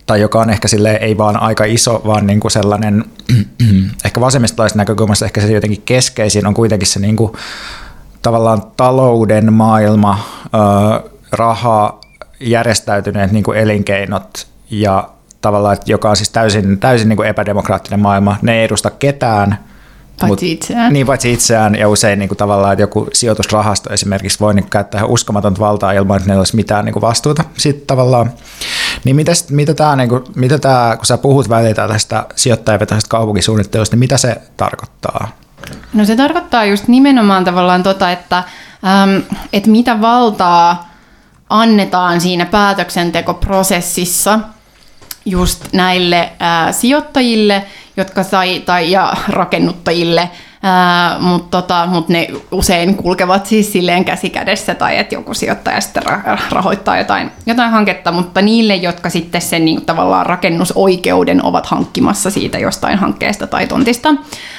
tai joka on ehkä silleen, ei vaan aika iso, vaan niin kuin sellainen, ehkä vasemmistolaisen näkökulmasta ehkä se jotenkin keskeisin on kuitenkin se niin kuin, tavallaan talouden maailma, raha, järjestäytyneet niin kuin elinkeinot ja tavallaan, että joka on siis täysin niin kuin epädemokraattinen maailma. Ne ei edusta ketään. Paitsi itseään. Niin, paitsi itseään, ja usein niin kuin tavallaan, että joku sijoitusrahasto esimerkiksi voi niin kuin käyttää ihan uskomatonta valtaa ilman, että ne olisi mitään niin kuin vastuuta. Sitten tavallaan, niin mitä tämä, kun sä puhut välillä tästä sijoittajavetoisesta kaupunkisuunnittelusta, niin mitä se tarkoittaa? No se tarkoittaa just nimenomaan tavallaan että mitä valtaa annetaan siinä päätöksentekoprosessissa just näille sijoittajille, jotka ja rakennuttajille, mutta ne usein kulkevat siis silleen käsi kädessä, tai että joku sijoittaja sitten rahoittaa jotain hanketta, mutta niille, jotka sitten sen niin tavallaan rakennusoikeuden ovat hankkimassa siitä jostain hankkeesta tai tontista.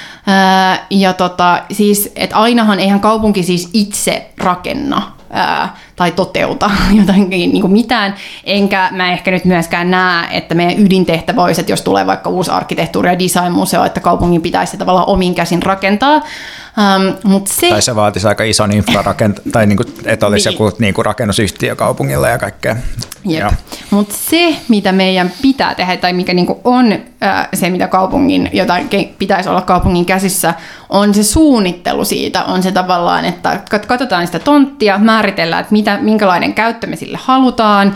Siis, että ainahan eihän kaupunki siis itse rakenna tai toteuta jotain niin kuin mitään, enkä mä ehkä nyt myöskään näe, että meidän ydintehtävä olisi, että jos tulee vaikka uusi arkkitehtuuri- ja designmuseo, että kaupungin pitäisi se tavallaan omin käsin rakentaa. Tai se vaatisi aika ison tai niin kuin, että olisi joku niin kuin rakennusyhtiö kaupungilla ja kaikkea. Mutta se, mitä meidän pitää tehdä, tai mikä niin kuin on se, mitä pitäisi olla kaupungin käsissä, on se suunnittelu siitä, on se tavallaan, että katsotaan sitä tonttia, määritellään, että minkälainen käyttö me sille halutaan,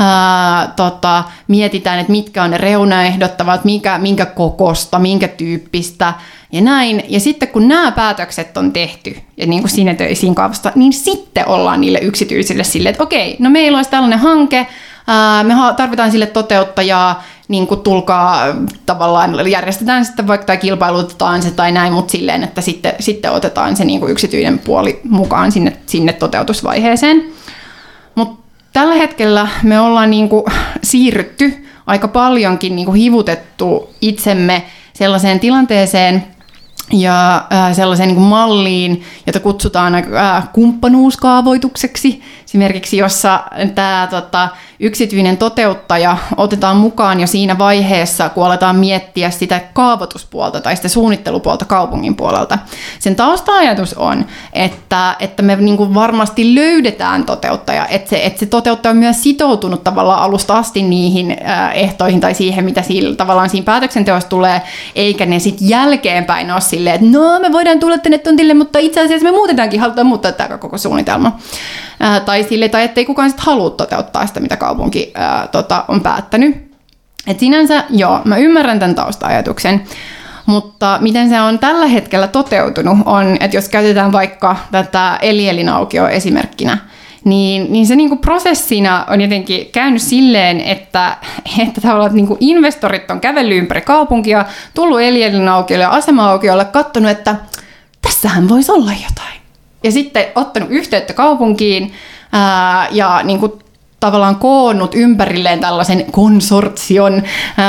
mietitään, että mitkä on ne reunaehdot, minkä kokosta, minkä tyyppistä, ja näin. Ja sitten kun nämä päätökset on tehty, ja niin kuin siinä kaavasta, niin sitten ollaan niille yksityisille silleen, että okei, no meillä olisi tällainen hanke, me tarvitaan sille toteuttajaa, niin kuin tulkaa tavallaan, järjestetään sitten vaikka tai kilpailutetaan se tai näin, mutta silleen, että sitten otetaan se niin kuin yksityinen puoli mukaan sinne toteutusvaiheeseen. Mutta tällä hetkellä me ollaan niin kuin siirrytty aika paljonkin, niin kuin hivutettu itsemme sellaiseen tilanteeseen ja sellaiseen niin kuin malliin, jota kutsutaan kumppanuuskaavoitukseksi, esimerkiksi jossa tämä yksityinen toteuttaja otetaan mukaan jo siinä vaiheessa, kun aletaan miettiä sitä kaavoituspuolta tai sitä suunnittelupuolta kaupungin puolelta. Sen tausta-ajatus on, että me niin kuin varmasti löydetään toteuttaja, että se toteuttaja on myös sitoutunut tavallaan alusta asti niihin ehtoihin tai siihen, mitä tavallaan siinä päätöksenteossa tulee, eikä ne sitten jälkeenpäin ole silleen, että no me voidaan tulla tänne tontille, mutta itse asiassa me halutaan muuttaa tämä koko suunnitelma. Tai ettei kukaan sitten halua toteuttaa sitä, mitä kaupunki on päättänyt. Et sinänsä, joo, mä ymmärrän tämän tausta-ajatuksen, mutta miten se on tällä hetkellä toteutunut on, että jos käytetään vaikka tätä Elinaukioa esimerkkinä, niin se niinku prosessina on jotenkin käynyt silleen, että tavallaan niinku investorit on kävellyt ympäri kaupunkia, tullut Elinaukiolle ja asema-aukiolle, katsonut, että tässähän voisi olla jotain. Ja sitten ottanut yhteyttä kaupunkiin ja niin kuin tavallaan koonnut ympärilleen tällaisen konsortion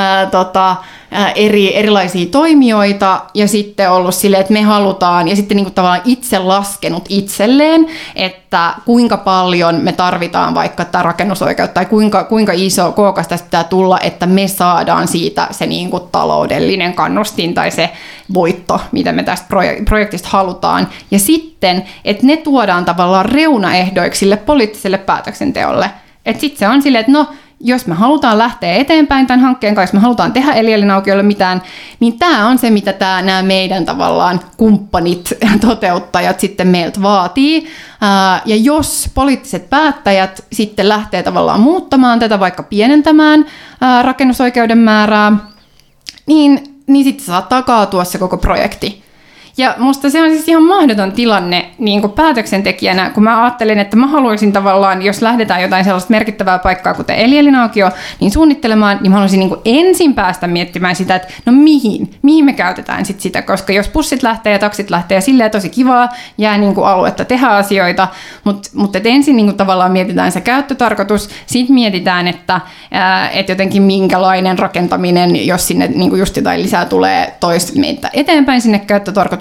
erilaisia toimijoita ja sitten ollut silleen, että me halutaan ja sitten niin kuin tavallaan itse laskenut itselleen, että kuinka paljon me tarvitaan vaikka tämä rakennusoikeutta tai kuinka iso kookas tästä pitää tulla, että me saadaan siitä se niin kuin taloudellinen kannustin tai se voitto, mitä me tästä projektista halutaan. Ja sitten, että ne tuodaan tavallaan reunaehdoiksi sille poliittiselle päätöksenteolle. Että sitten se on silleen, että no, jos me halutaan lähteä eteenpäin tämän hankkeen kanssa, jos me halutaan tehdä Elinaukiolle mitään, niin tämä on se, mitä nämä meidän tavallaan kumppanit, toteuttajat sitten meiltä vaatii. Ja jos poliittiset päättäjät sitten lähtee tavallaan muuttamaan tätä, vaikka pienentämään rakennusoikeuden määrää, niin sitten saattaa kaatua se koko projekti. Ja musta se on siis ihan mahdoton tilanne niin kuin päätöksentekijänä, kun mä ajattelin, että mä haluaisin tavallaan, jos lähdetään jotain sellaista merkittävää paikkaa, kuten Elinaukio, niin suunnittelemaan, niin mä haluaisin niin kuin ensin päästä miettimään sitä, että no mihin me käytetään sit sitä, koska jos bussit lähtee ja taksit lähtee ja silleen tosi kivaa, jää niin kuin aluetta tehdä asioita, mutta ensin niin kuin tavallaan mietitään se käyttötarkoitus, sitten mietitään, että jotenkin minkälainen rakentaminen, jos sinne niin kuin just jotain lisää tulee meitä eteenpäin sinne käyttötarkoitukseen,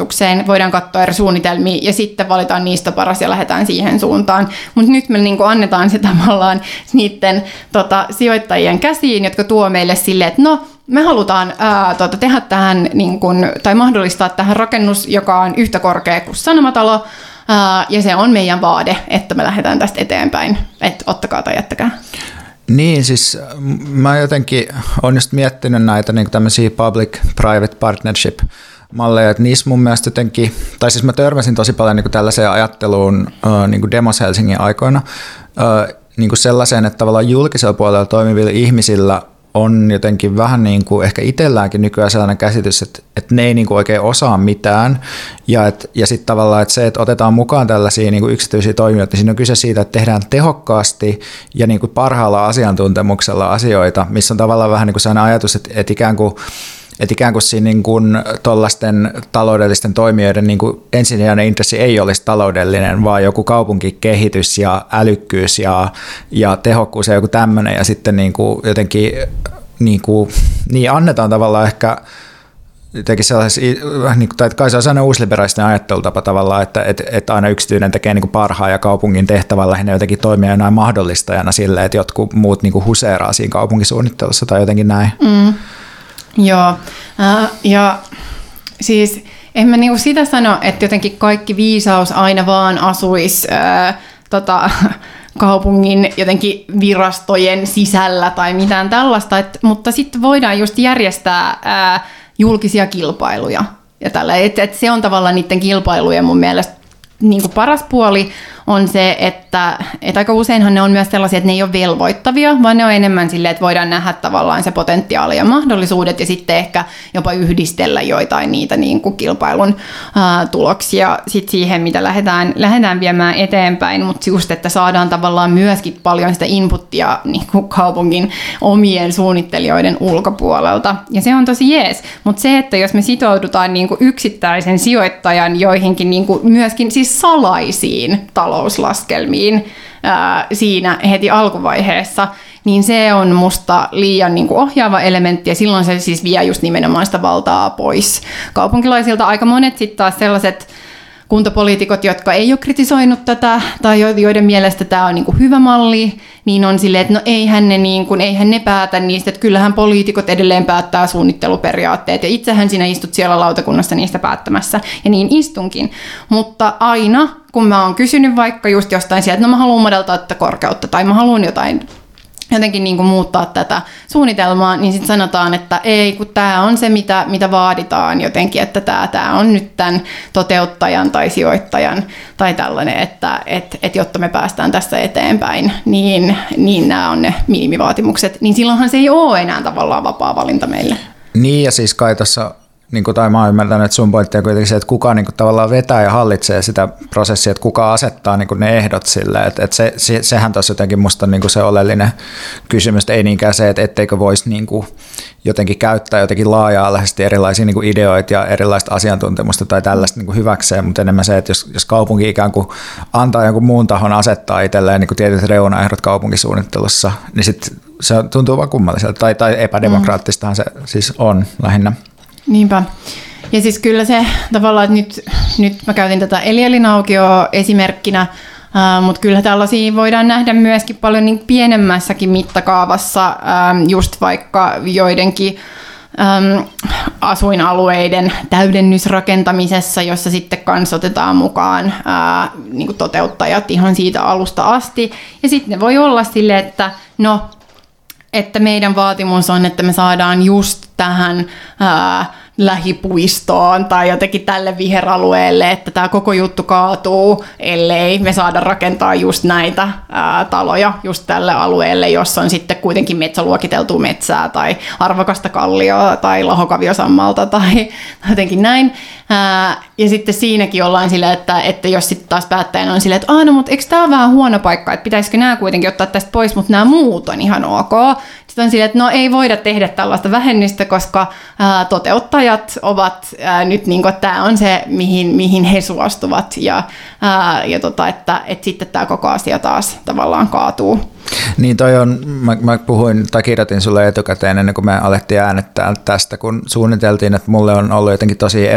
kartoitukseen, voidaan katsoa eri suunnitelmia ja sitten valitaan niistä paras ja lähdetään siihen suuntaan. Mutta nyt me niin kuin annetaan se tavallaan niiden sijoittajien käsiin, jotka tuo meille silleen, että no, me halutaan tehdä tähän niin kun, tai mahdollistaa tähän rakennus, joka on yhtä korkea kuin Sanomatalo, ja se on meidän vaade, että me lähdetään tästä eteenpäin, että ottakaa tai jättäkää. Niin, siis mä jotenkin olen just miettinyt näitä niin tämmöisiä public-private partnership-malleja, että niissä mun mielestä jotenkin, tai siis mä törmäsin tosi paljon niin tällaiseen ajatteluun niin Demos Helsingin aikoina, niin sellaiseen, että tavallaan julkisella puolella toimivilla ihmisillä on jotenkin vähän niin kuin ehkä itselläänkin nykyään sellainen käsitys, että ne ei niin kuin oikein osaa mitään ja sitten tavallaan, että se, että otetaan mukaan tällaisia niin kuin yksityisiä toimijoita, niin siinä on kyse siitä, että tehdään tehokkaasti ja niin kuin parhaalla asiantuntemuksella asioita, missä on tavallaan vähän niin kuin sellainen ajatus, että ikään kuin siinä niin kuin tollaisten taloudellisten toimijoiden niin kuin ensisijainen intressi ei olisi taloudellinen, vaan joku kaupunkikehitys ja älykkyys ja tehokkuus ja joku tämmöinen. Ja sitten niin kuin jotenkin niin annetaan tavallaan ehkä jotenkin tai kai se on sellainen uusliberaalisten ajattelutapa tavallaan, että aina yksityinen tekee niin kuin parhaan ja kaupungin tehtävän lähinnä jotenkin toimia jonain mahdollistajana silleen, että jotkut muut niin kuin huseeraa siinä kaupunkisuunnittelussa tai jotenkin näin. Mm. Joo, ja siis en mä niinku sitä sano, että jotenkin kaikki viisaus aina vaan asuisi kaupungin jotenkin virastojen sisällä tai mitään tällaista, mutta sitten voidaan just järjestää julkisia kilpailuja ja tällä, että se on tavallaan niiden kilpailujen mun mielestä niin kuin paras puoli on se, että aika useinhan ne on myös sellaisia, että ne ei ole velvoittavia, vaan ne on enemmän silleen, että voidaan nähdä tavallaan se potentiaali ja mahdollisuudet ja sitten ehkä jopa yhdistellä joitain niitä niin kuin kilpailun tuloksia sit siihen, mitä lähdetään viemään eteenpäin, mutta just, että saadaan tavallaan myöskin paljon sitä inputtia niin kuin kaupungin omien suunnittelijoiden ulkopuolelta. Ja se on tosi jees, mutta se, että jos me sitoudutaan niin kuin yksittäisen sijoittajan joihinkin niin kuin myöskin siis salaisiin talouslaskelmiin siinä heti alkuvaiheessa, niin se on musta liian niin kuin ohjaava elementti, ja silloin se siis vie just nimenomaan sitä valtaa pois kaupunkilaisilta. Aika monet sitten taas sellaiset kuntapoliitikot, jotka ei ole kritisoinut tätä, tai joiden mielestä tämä on niin kuin hyvä malli, niin on silleen, että no eihän ne päätä niistä, että kyllähän poliitikot edelleen päättää suunnitteluperiaatteet, ja itsehän sinä istut siellä lautakunnassa niistä päättämässä, ja niin istunkin. Mutta aina, kun mä oon kysynyt vaikka just jostain sieltä, että no mä haluan madaltaa tätä korkeutta, tai mä haluan jotenkin niin kuin muuttaa tätä suunnitelmaa, niin sitten sanotaan, että ei, kun tämä on se, mitä vaaditaan jotenkin, että tämä on nyt tämän toteuttajan tai sijoittajan tai tällainen, että jotta me päästään tässä eteenpäin, niin nämä on ne minimivaatimukset, niin silloinhan se ei ole enää tavallaan vapaa valinta meille. Niin, ja siis kai tuossa tai mä oon ymmärtänyt, että sun pointti on kuitenkin se, että kuka tavallaan vetää ja hallitsee sitä prosessia, että kuka asettaa ne ehdot sille, että sehän tuossa jotenkin musta on se oleellinen kysymys, että ei niinkään se, että etteikö voisi jotenkin käyttää jotenkin laaja-alaisesti erilaisia ideoita ja erilaista asiantuntemusta tai tällaista hyväkseen, mutta enemmän se, että jos kaupunki ikään kuin antaa jonkun muun tahon asettaa itselleen tietyt reunaehdot kaupunkisuunnittelussa, niin sitten se tuntuu vaan kummalliselta tai epädemokraattistahan se siis on lähinnä. Niinpä. Ja siis kyllä se tavallaan, että nyt mä käytin tätä Eli-Elinaukioa esimerkkinä, mutta kyllä tällaisia voidaan nähdä myöskin paljon niin pienemmässäkin mittakaavassa, just vaikka joidenkin asuinalueiden täydennysrakentamisessa, jossa sitten kans otetaan mukaan niin kuin toteuttajat ihan siitä alusta asti. Ja sitten ne voi olla silleen, että meidän vaatimus on, että me saadaan just tähän lähipuistoon tai jotenkin tälle viheralueelle, että tämä koko juttu kaatuu, ellei me saada rakentaa just näitä taloja just tälle alueelle, jossa on sitten kuitenkin metsäluokiteltua metsää tai arvokasta kallioa tai lahokaviosammalta tai jotenkin näin. Ja sitten siinäkin ollaan sillä, että jos sitten taas päättäjänä on sillä, että no mutta eikö tämä ole vähän huono paikka, että pitäisikö nämä kuitenkin ottaa tästä pois, mutta nämä muut on ihan ok. Sitten on sillä, että no ei voida tehdä tällaista vähennystä, koska toteuttajat ovat nyt, niin kuin, että tämä on se, mihin he suostuvat ja että sitten tämä koko asia taas tavallaan kaatuu. Niin toi on, mä puhuin tai kirjoitin sulle etukäteen ennen kuin me alettiin äänettää tästä, kun suunniteltiin, että mulle on ollut jotenkin tosi epäintuitiivista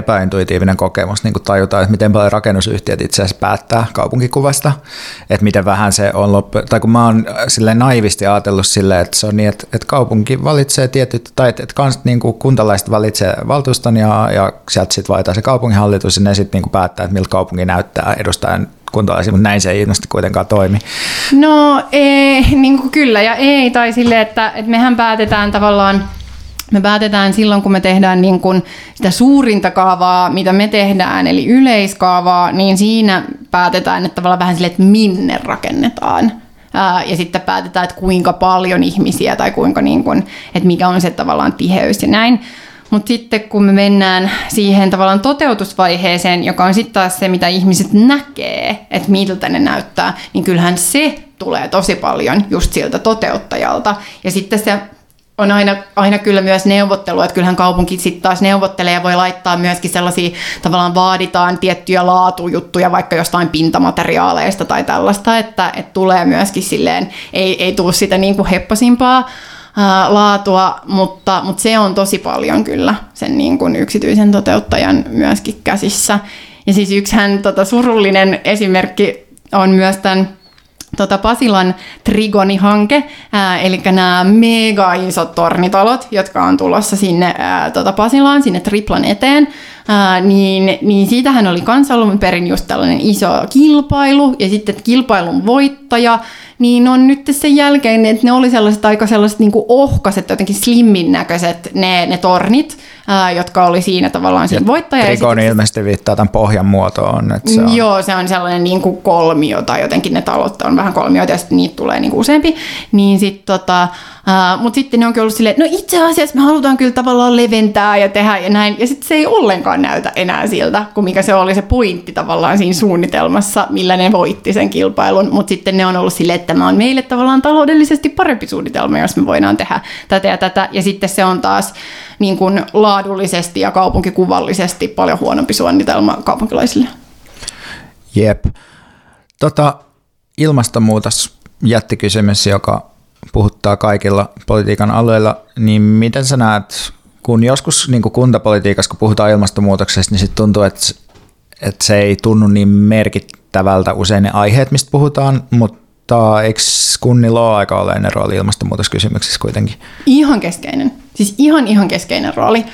intuitiivinen kokemus niin kuin tajutaan, että miten paljon rakennusyhtiöt itse asiassa päättää kaupunkikuvasta, että miten vähän se on tai kun mä oon silleen naivisti ajatellut silleen, että se on niin, että kaupunki valitsee tietyt, tai että niin kuin kuntalaiset valitsee valtuuston ja sieltä sitten valitaan se kaupunginhallitus ja ne sitten niin päättää, että miltä kaupunki näyttää edustajan kuntalaisia, mutta näin se ei ilmeisesti kuitenkaan toimi. No ei, niin kuin kyllä ja ei, tai silleen, että mehän päätetään tavallaan, me päätetään silloin, kun me tehdään niin kuin sitä suurinta kaavaa, mitä me tehdään, eli yleiskaavaa, niin siinä päätetään, että tavallaan vähän silleen, että minne rakennetaan. Ja sitten päätetään, että kuinka paljon ihmisiä tai kuinka niin kuin, että mikä on se tavallaan tiheys ja näin. Mutta sitten kun me mennään siihen tavallaan toteutusvaiheeseen, joka on sitten taas se, mitä ihmiset näkee, että miltä ne näyttää, niin kyllähän se tulee tosi paljon just siltä toteuttajalta. Ja sitten se on aina kyllä myös neuvottelu, että kyllähän kaupunki sitten taas neuvottelee ja voi laittaa myöskin sellaisia, tavallaan vaaditaan tiettyjä laatujuttuja vaikka jostain pintamateriaaleista tai tällaista, että tulee myöskin silleen, ei tule sitä niin kuin hepposimpaa laatua, mutta se on tosi paljon kyllä sen niin kuin yksityisen toteuttajan myöskin käsissä. Ja siis yksihän surullinen esimerkki on myös tämän Pasilan Trigoni-hanke, eli nämä mega isot tornitalot, jotka on tulossa sinne Pasilaan, sinne Triplan eteen, niin siitähän oli kans alun perin just tällainen iso kilpailu, ja sitten kilpailun voittaja, niin on nyt sen jälkeen, että ne oli sellaiset aika sellaiset niin kuin ohkaset, jotenkin slimmin näköiset ne tornit, jotka oli siinä tavallaan siinä voittaja. Trigoni ilmeisesti viittaa tämän pohjan muotoon. Että se on... Joo, se on sellainen niin kuin kolmio, tai jotenkin ne talot on vähän kolmioita, ja sitten niitä tulee niin kuin useampi. Niin mutta sitten ne onkin ollut silleen, että no itse asiassa me halutaan kyllä tavallaan leventää ja tehdä ja näin, ja sitten se ei ollenkaan näytä enää siltä, kuin mikä se oli se pointti tavallaan siinä suunnitelmassa, millä ne voitti sen kilpailun, mutta sitten ne on ollut silleen, että tämä on meille tavallaan taloudellisesti parempi suunnitelma, jos me voidaan tehdä tätä ja tätä, ja sitten se on taas niin kuin laadullisesti ja kaupunkikuvallisesti paljon huonompi suunnitelma kaupunkilaisille. Jep. Ilmastonmuutos jättikysymys, joka puhuttaa kaikilla politiikan alueilla, niin miten sä näet, kun joskus niin kuin kuntapolitiikassa, kun puhutaan ilmastonmuutoksesta, niin sitten tuntuu, että se ei tunnu niin merkittävältä usein ne aiheet, mistä puhutaan, mutta eikö kunnilla ole aika oleellinen rooli ilmastonmuutoskysymyksissä kuitenkin? Ihan keskeinen. Siis ihan keskeinen rooli.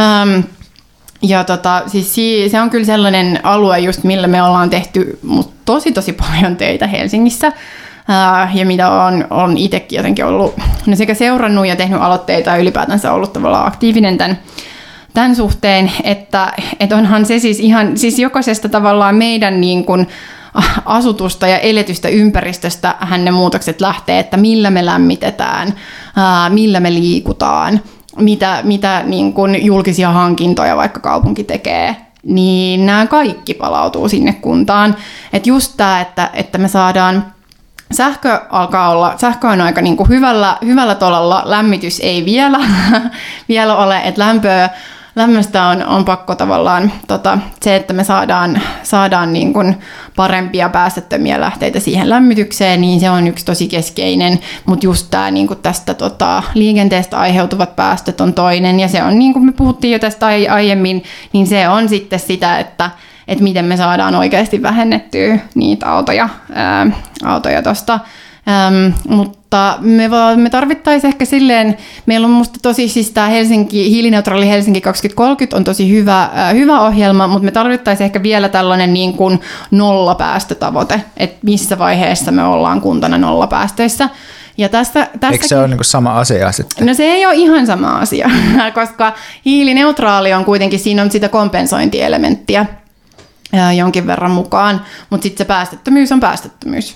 Siis se on kyllä sellainen alue, just millä me ollaan tehty tosi paljon töitä Helsingissä. Ja mitä on itsekin jotenkin ollut sekä seurannut ja tehnyt aloitteita ja ylipäätänsä ollut tavallaan aktiivinen tämän suhteen, että onhan se siis jokaisesta tavallaan meidän niin kuin asutusta ja eletystä ympäristöstä ne muutokset lähtee, että millä me lämmitetään, millä me liikutaan, mitä niin kuin julkisia hankintoja vaikka kaupunki tekee, niin nämä kaikki palautuu sinne kuntaan. Että just tämä, että me saadaan sähkö on aika niin kuin hyvällä tolalla, lämmitys ei vielä ole, että lämmöstä on pakko tavallaan se, että me saadaan niin kuin parempia päästöttömiä lähteitä siihen lämmitykseen, niin se on yksi tosi keskeinen, mutta just tämä niin kuin tästä liikenteestä aiheutuvat päästöt on toinen, ja se on niin kuin me puhuttiin jo tästä aiemmin, niin se on sitten sitä, että miten me saadaan oikeasti vähennettyä niitä autoja tuosta. Mutta me tarvittaisiin ehkä silleen, meillä on musta tosi siis tämä hiilineutraali Helsinki 2030 on tosi hyvä ohjelma, mutta me tarvittaisiin ehkä vielä tällainen niin kuin nollapäästötavoite, että missä vaiheessa me ollaan kuntana nollapäästöissä. Ja eikö se ole niin kuin sama asia sitten? No se ei ole ihan sama asia, koska hiilineutraali on kuitenkin, siinä on sitä kompensointielementtiä jonkin verran mukaan, mutta sitten se päästöttömyys on päästöttömyys.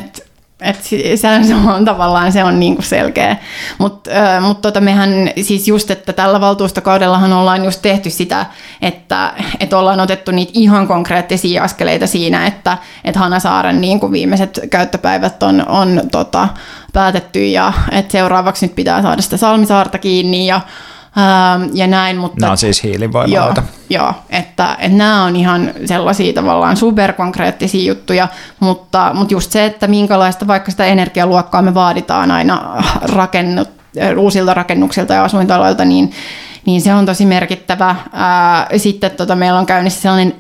Se on tavallaan se on niinku selkeä. Mutta mehän siis just, että tällä valtuustokaudellahan ollaan just tehty sitä, että ollaan otettu niitä ihan konkreettisia askeleita siinä, että Hanasaaren niinku viimeiset käyttöpäivät on päätetty ja että seuraavaksi nyt pitää saada sitä Salmisaarta kiinni ja näin, mutta... Nämä on siis hiilivoimaloita. Joo, että nämä on ihan sellaisia tavallaan superkonkreettisia juttuja, mutta just se, että minkälaista vaikka sitä energialuokkaa me vaaditaan aina uusilta rakennuksilta ja asuintaloilta, niin niin se on tosi merkittävä. Sitten meillä on käynnissä sellainen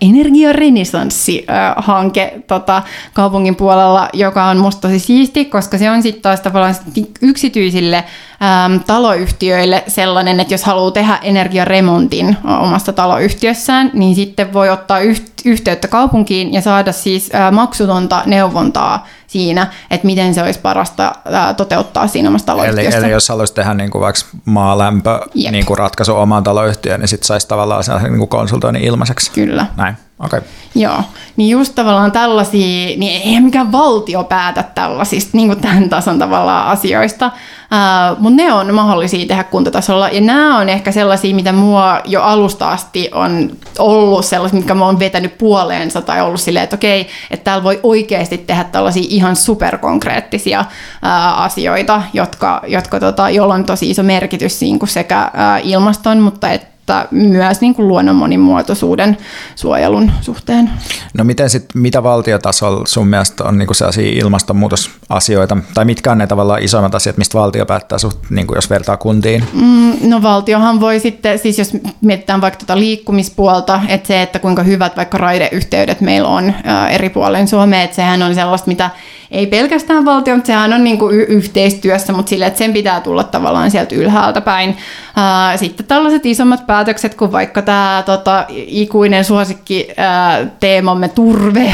energiarenesanssi-hanke kaupungin puolella, joka on musta tosi siisti, koska se on sitten taas tavallaan yksityisille taloyhtiöille sellainen, että jos haluaa tehdä energiaremontin omassa taloyhtiössään, niin sitten voi ottaa yhteyttä kaupunkiin ja saada siis maksutonta neuvontaa siinä, että miten se olisi parasta toteuttaa siinä omassa taloyhtiössä. Eli jos haluaisi tehdä niin kuin vaikka maalämpö niin kuin ratkaisu omaan taloyhtiöön, niin sitten saisi tavallaan niin kuin konsultoinnin ilmaiseksi. Kyllä. Näin, okei. Okay. Joo, niin just tavallaan tällaisia, niin eihän mikään valtio päätä tällaisista niin kuin tämän tason tavallaan asioista, mutta ne on mahdollisia tehdä kuntatasolla, ja nämä on ehkä sellaisia, mitä mua jo alusta asti on ollut sellaisia, mitkä mä oon vetänyt puoleensa, tai ollut silleen, että okei, että täällä voi oikeasti tehdä tällaisia ihan superkonkreettisia asioita, joilla on tosi iso merkitys niin kuin sekä ilmaston, mutta myös niin kuin luonnon monimuotoisuuden suojelun suhteen. No mitä valtiotasolla sun mielestä on niin kuin sellaisia ilmastonmuutosasioita, tai mitkä on ne tavallaan isommat asiat, mistä valtio päättää niin kuin jos vertaa kuntiin? No valtiohan voi sitten, siis jos mietitään vaikka liikkumispuolta, että se, että kuinka hyvät vaikka raideyhteydet meillä on eri puolilla Suomea, että sehän on sellaista, mitä ei pelkästään valtio, mutta sehän on niin kuin yhteistyössä, mutta sille, että sen pitää tulla tavallaan sieltä ylhäältä päin. Sitten tällaiset isommat päätökset, kuin vaikka tämä ikuinen suosikki teemamme turve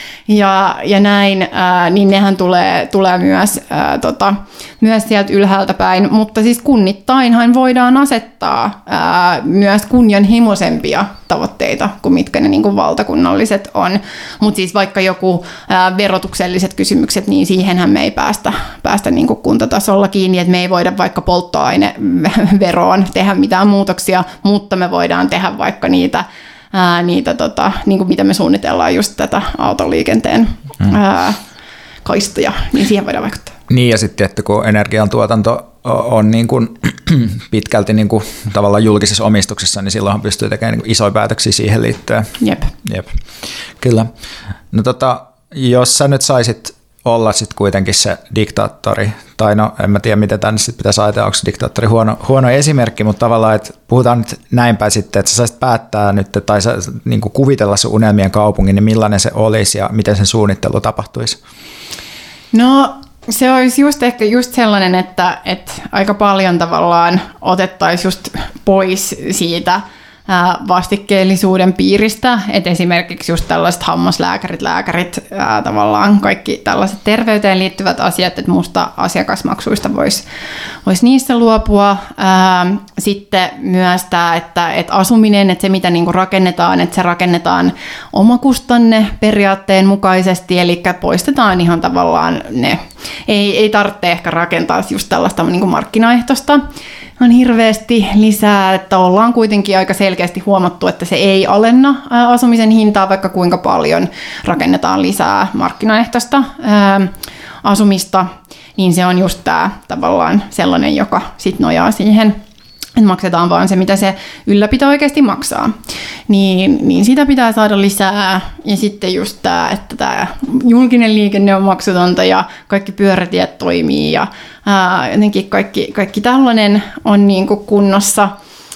ja näin, niin nehän tulee myös sieltä ylhäältä päin. Mutta siis kunnittainhan voidaan asettaa myös kunnianhimoisempia tavoitteita kuin mitkä ne niin kuin valtakunnalliset on. Mutta siis vaikka joku verotukselliset kysymykset, niin siihenhän me ei päästä niin kuin kuntatasolla kiinni, että me ei voida vaikka polttoaineveroon tehdä mitään muutoksia, mutta me voidaan tehdä vaikka niitä niin kuin mitä me suunnitellaan just tätä autoliikenteen kaistoja, niin siihen voidaan vaikuttaa. Niin, ja sitten että kun energiantuotanto on niin kuin pitkälti niin kuin tavallaan julkisessa omistuksessa, niin silloinhan pystyy tekemään niin kuin isoja päätöksiä siihen liittyen. Jep. Kyllä. No jos sä nyt saisit olla sitten kuitenkin se diktaattori, tai no en mä tiedä miten tänne sitten pitäisi ajatella, onko diktaattori huono esimerkki, mutta tavallaan, että puhutaan nyt näinpäin sitten, että sä saisit päättää nyt, tai sä niin kuin kuvitella sun unelmien kaupungin, niin millainen se olisi ja miten sen suunnittelu tapahtuisi? No se olisi ehkä just sellainen, että aika paljon tavallaan otettaisiin just pois siitä vastikkeellisuuden piiristä, että esimerkiksi just tällaiset hammaslääkärit, tavallaan kaikki tällaiset terveyteen liittyvät asiat, että musta asiakasmaksuista voisi niissä luopua. Sitten myös tämä, että asuminen, että se mitä niinku rakennetaan, että se rakennetaan omakustanne periaatteen mukaisesti, eli poistetaan ihan tavallaan ne. Ei tarvitse ehkä rakentaa just tällaista niinku markkinaehtoista. On hirveästi lisää, että ollaan kuitenkin aika selkeästi huomattu, että se ei alenna asumisen hintaa, vaikka kuinka paljon rakennetaan lisää markkinaehtoista asumista, niin se on just tämä tavallaan sellainen, joka sit nojaa siihen, että maksetaan vaan se, mitä se ylläpito oikeasti maksaa. Niin sitä pitää saada lisää. Ja sitten just tämä, että tämä julkinen liikenne on maksutonta ja kaikki pyörätiet toimii ja jotenkin kaikki tällainen on niin kuin kunnossa.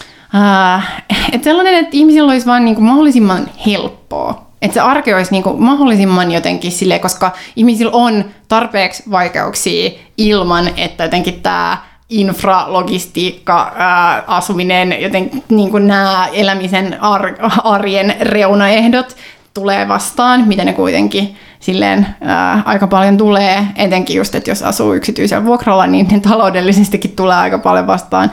Että sellainen, että ihmisillä olisi vaan niin kuin mahdollisimman helppoa. Että se arke olisi niin kuin mahdollisimman jotenkin silleen, koska ihmisillä on tarpeeksi vaikeuksia ilman, että jotenkin tämä infra, logistiikka, asuminen, joten niin kuin nämä elämisen arjen reunaehdot tulee vastaan, mitä ne kuitenkin silleen aika paljon tulee, etenkin just, että jos asuu yksityisellä vuokralla, niin ne taloudellisestikin tulee aika paljon vastaan.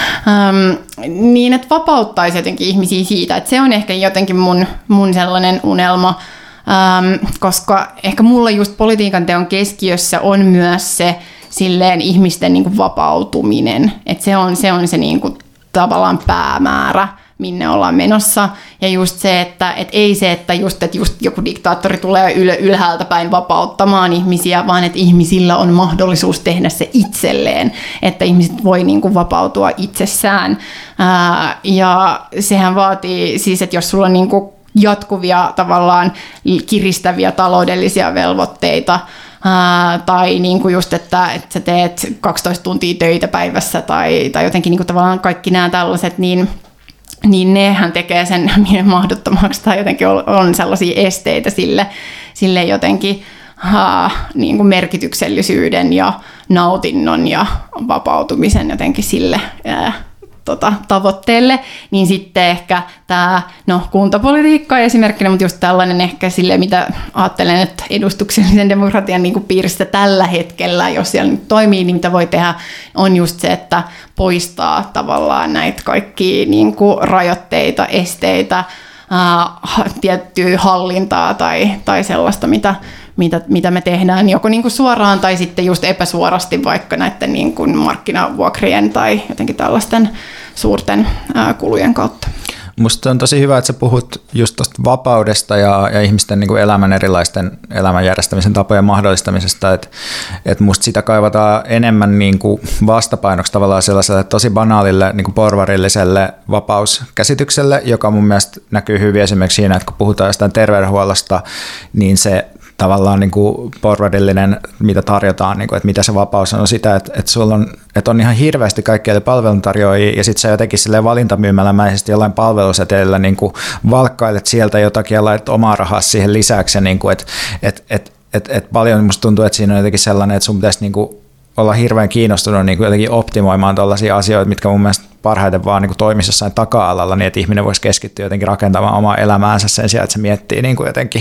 Niin, että vapauttaisi jotenkin ihmisiä siitä, että se on ehkä jotenkin mun sellainen unelma, koska ehkä mulla just politiikan teon keskiössä on myös se silleen ihmisten niin kuin vapautuminen, että se on se niin kuin tavallaan päämäärä, minne ollaan menossa, ja just se, että ei se, että just joku diktaattori tulee ylhäältä päin vapauttamaan ihmisiä, vaan että ihmisillä on mahdollisuus tehdä se itselleen, että ihmiset voi niin kuin vapautua itsessään, ja sehän vaatii siis, että jos sulla on niin kuin jatkuvia tavallaan kiristäviä taloudellisia velvoitteita, tai niin kuin just, että sä teet 12 tuntia töitä päivässä tai jotenkin niin kuin tavallaan kaikki nämä tällaiset, niin nehän tekee sen mahdottomaksi tai jotenkin on sellaisia esteitä sille jotenkin niin kuin merkityksellisyyden ja nautinnon ja vapautumisen jotenkin sille tavoitteelle, niin sitten ehkä tämä kuntapolitiikka esimerkkinä, mutta just tällainen ehkä sille, mitä ajattelen, että edustuksellisen demokratian niin kuin piirissä tällä hetkellä, jos siellä nyt toimii, niin mitä voi tehdä, on just se, että poistaa tavallaan näitä kaikkia niin kuin rajoitteita, esteitä, tiettyä hallintaa tai sellaista, mitä me tehdään joko niin kuin suoraan tai sitten just epäsuorasti vaikka näiden niin kuin markkinavuokrien tai jotenkin tällaisten suurten kulujen kautta. Musta on tosi hyvä, että sä puhut just tuosta vapaudesta ja ihmisten niin kuin elämän erilaisten elämän järjestämisen tapojen mahdollistamisesta, että musta sitä kaivataan enemmän niin kuin vastapainoksi tavallaan sellaiselle tosi banaalille niin kuin porvarilliselle vapauskäsitykselle, joka mun mielestä näkyy hyvin esimerkiksi siinä, että kun puhutaan jostain terveydenhuollosta, niin se tavallaan niin kuin porvarillinen, mitä tarjotaan, niin kuin, että mitä se vapaus on sitä, että sulla on, että on ihan hirveästi kaikkia palveluntarjoajia ja sitten sä jotenkin silleen valintamyymälämäisesti jollain palvelusetelillä niin kuin valkkailet sieltä jotakin ja laitat omaa rahaa siihen lisäksi. Niin kuin, että paljon musta tuntuu, että siinä on jotenkin sellainen, että sun pitäisi niin kuin olla hirveän kiinnostunut niin kuin jotenkin optimoimaan tällaisia asioita, mitkä mun mielestä parhaiten vaan niin kuin toimisi jossain taka-alalla, niin että ihminen voisi keskittyä jotenkin rakentamaan omaa elämäänsä sen sijaan, että se miettii niin kuin jotenkin.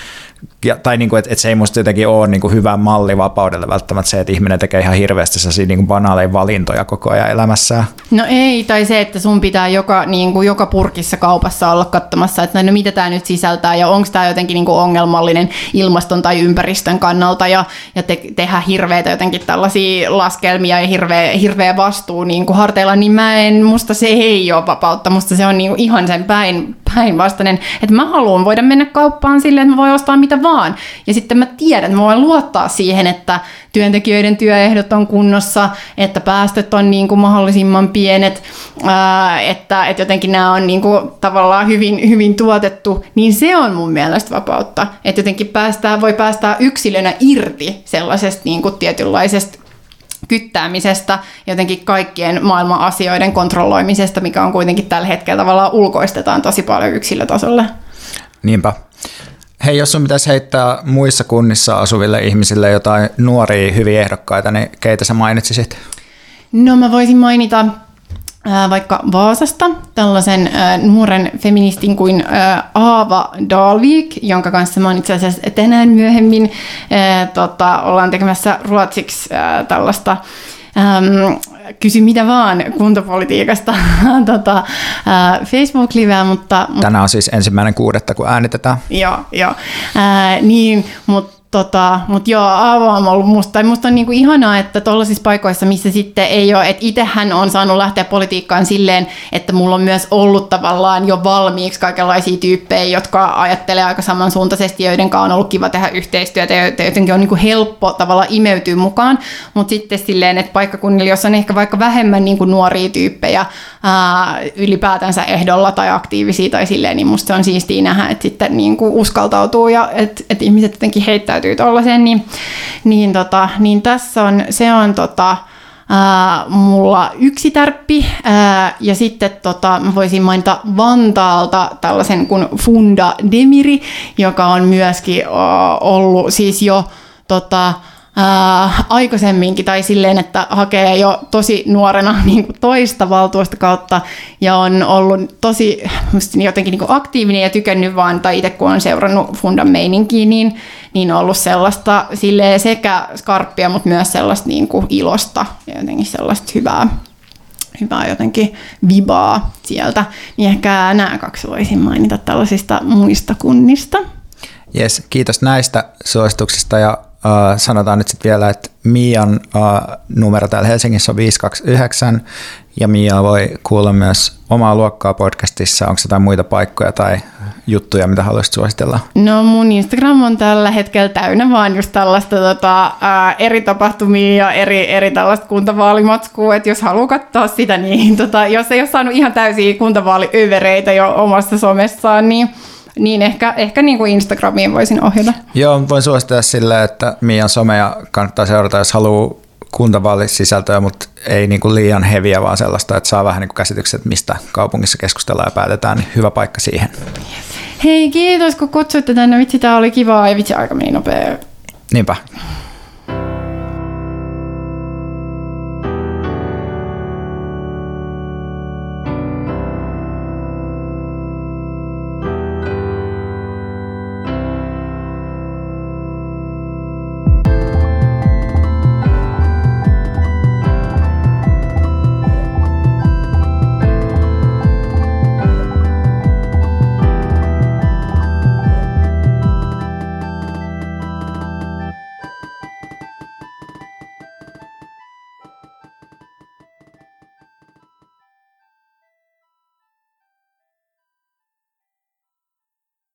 Tai niin kuin, että se ei musta jotenkin ole niin kuin hyvä malli vapaudelle välttämättä se, että ihminen tekee ihan hirveästi sellaisia niin kuin banaaleja valintoja koko ajan elämässään. No ei, tai se, että sun pitää joka purkissa kaupassa olla katsomassa, että no mitä tämä nyt sisältää ja onko tämä jotenkin niin kuin ongelmallinen ilmaston tai ympäristön kannalta ja tehdä hirveitä jotenkin tällaisia laskelmia ja hirveä vastuu niin kuin harteilla, niin musta se ei ole vapautta, musta se on niin kuin ihan sen päinvastainen, että mä haluan voida mennä kauppaan silleen, että mä voin ostaa mitä vaan. Ja sitten mä tiedän, että mä voin luottaa siihen, että työntekijöiden työehdot on kunnossa, että päästöt on niin kuin mahdollisimman pienet, että jotenkin nämä on niin kuin tavallaan hyvin tuotettu, niin se on mun mielestä vapautta. Että jotenkin voi päästää yksilönä irti sellaisesta niin kuin tietynlaisesta kyttäämisestä, jotenkin kaikkien maailman asioiden kontrolloimisesta, mikä on kuitenkin tällä hetkellä tavallaan ulkoistetaan tosi paljon yksilötasolle. Niinpä. Hei, jos sun pitäisi heittää muissa kunnissa asuville ihmisille jotain nuoria hyviä ehdokkaita, niin keitä sä mainitsisit? No mä voisin mainita vaikka Vaasasta tällaisen nuoren feministin kuin Aava Dalvik, jonka kanssa mä oon itse asiassa tänään myöhemmin ollaan tekemässä ruotsiksi tällaista kysy mitä vaan kuntapolitiikasta Facebook-liveä, mutta tänään on siis 1.6. kun äänitetään. Joo. Niin, mutta joo, Aavo on ollut musta on niinku ihanaa, että tuollaisissa paikoissa, missä sitten ei ole, että itsehän on saanut lähteä politiikkaan silleen, että mulla on myös ollut tavallaan jo valmiiksi kaikenlaisia tyyppejä, jotka ajattelee aika samansuuntaisesti, joiden kanssa on ollut kiva tehdä yhteistyötä, ja jotenkin on niinku helppo tavallaan imeytyä mukaan, mutta sitten silleen, että paikkakunnilla, jos on ehkä vaikka vähemmän niinku nuoria tyyppejä ylipäätänsä ehdolla tai aktiivisia tai silleen, niin musta on siistiä nähdä, että sitten niinku uskaltautuu ja että ihmiset jotenkin heittäytyy tuollaiseen, niin tässä on, mulla yksi tärppi, ja sitten mä voisin mainita Vantaalta tällaisen kuin Funda Demiri, joka on myöskin ollut siis jo aikaisemminkin tai silleen, että hakee jo tosi nuorena niin kuin toista valtuustokautta ja on ollut tosi jotenkin niin kuin aktiivinen ja tykännyt vaan, tai itse kun on seurannut Fundan meininkiä, niin on ollut sellaista silleen sekä skarppia, mutta myös sellaista niin kuin ilosta ja jotenkin sellaista hyvää jotenkin vibaa sieltä. Niin ehkä nämä kaksi voisin mainita tällaisista muista kunnista. Jes, kiitos näistä suosituksista ja sanotaan nyt sitten vielä, että Mian numero täällä Helsingissä on 529 ja Mia voi kuulla myös omaa luokkaa podcastissa. Onko jotain muita paikkoja tai juttuja, mitä haluaisit suositella? No mun Instagram on tällä hetkellä täynnä vaan just tällaista eri tapahtumia ja eri tällaista kuntavaalimatskua, että jos haluaa katsoa sitä, niin jos ei ole saanut ihan täysiä kuntavaaliövereitä jo omassa somessaan, niin niin ehkä niin kuin Instagramiin voisin ohjata. Joo, voin suositella silleen, että Mian somea kannattaa seurata, jos haluaa kuntavaalisisältöä, mutta ei niin kuin liian heviä, vaan sellaista, että saa vähän niin kuin käsitykset, mistä kaupungissa keskustellaan ja päätetään, niin hyvä paikka siihen. Hei, kiitos kun kutsuitte tänne. Vitsi, tää oli kivaa ja vitsi, aika meni nopea. Niinpä.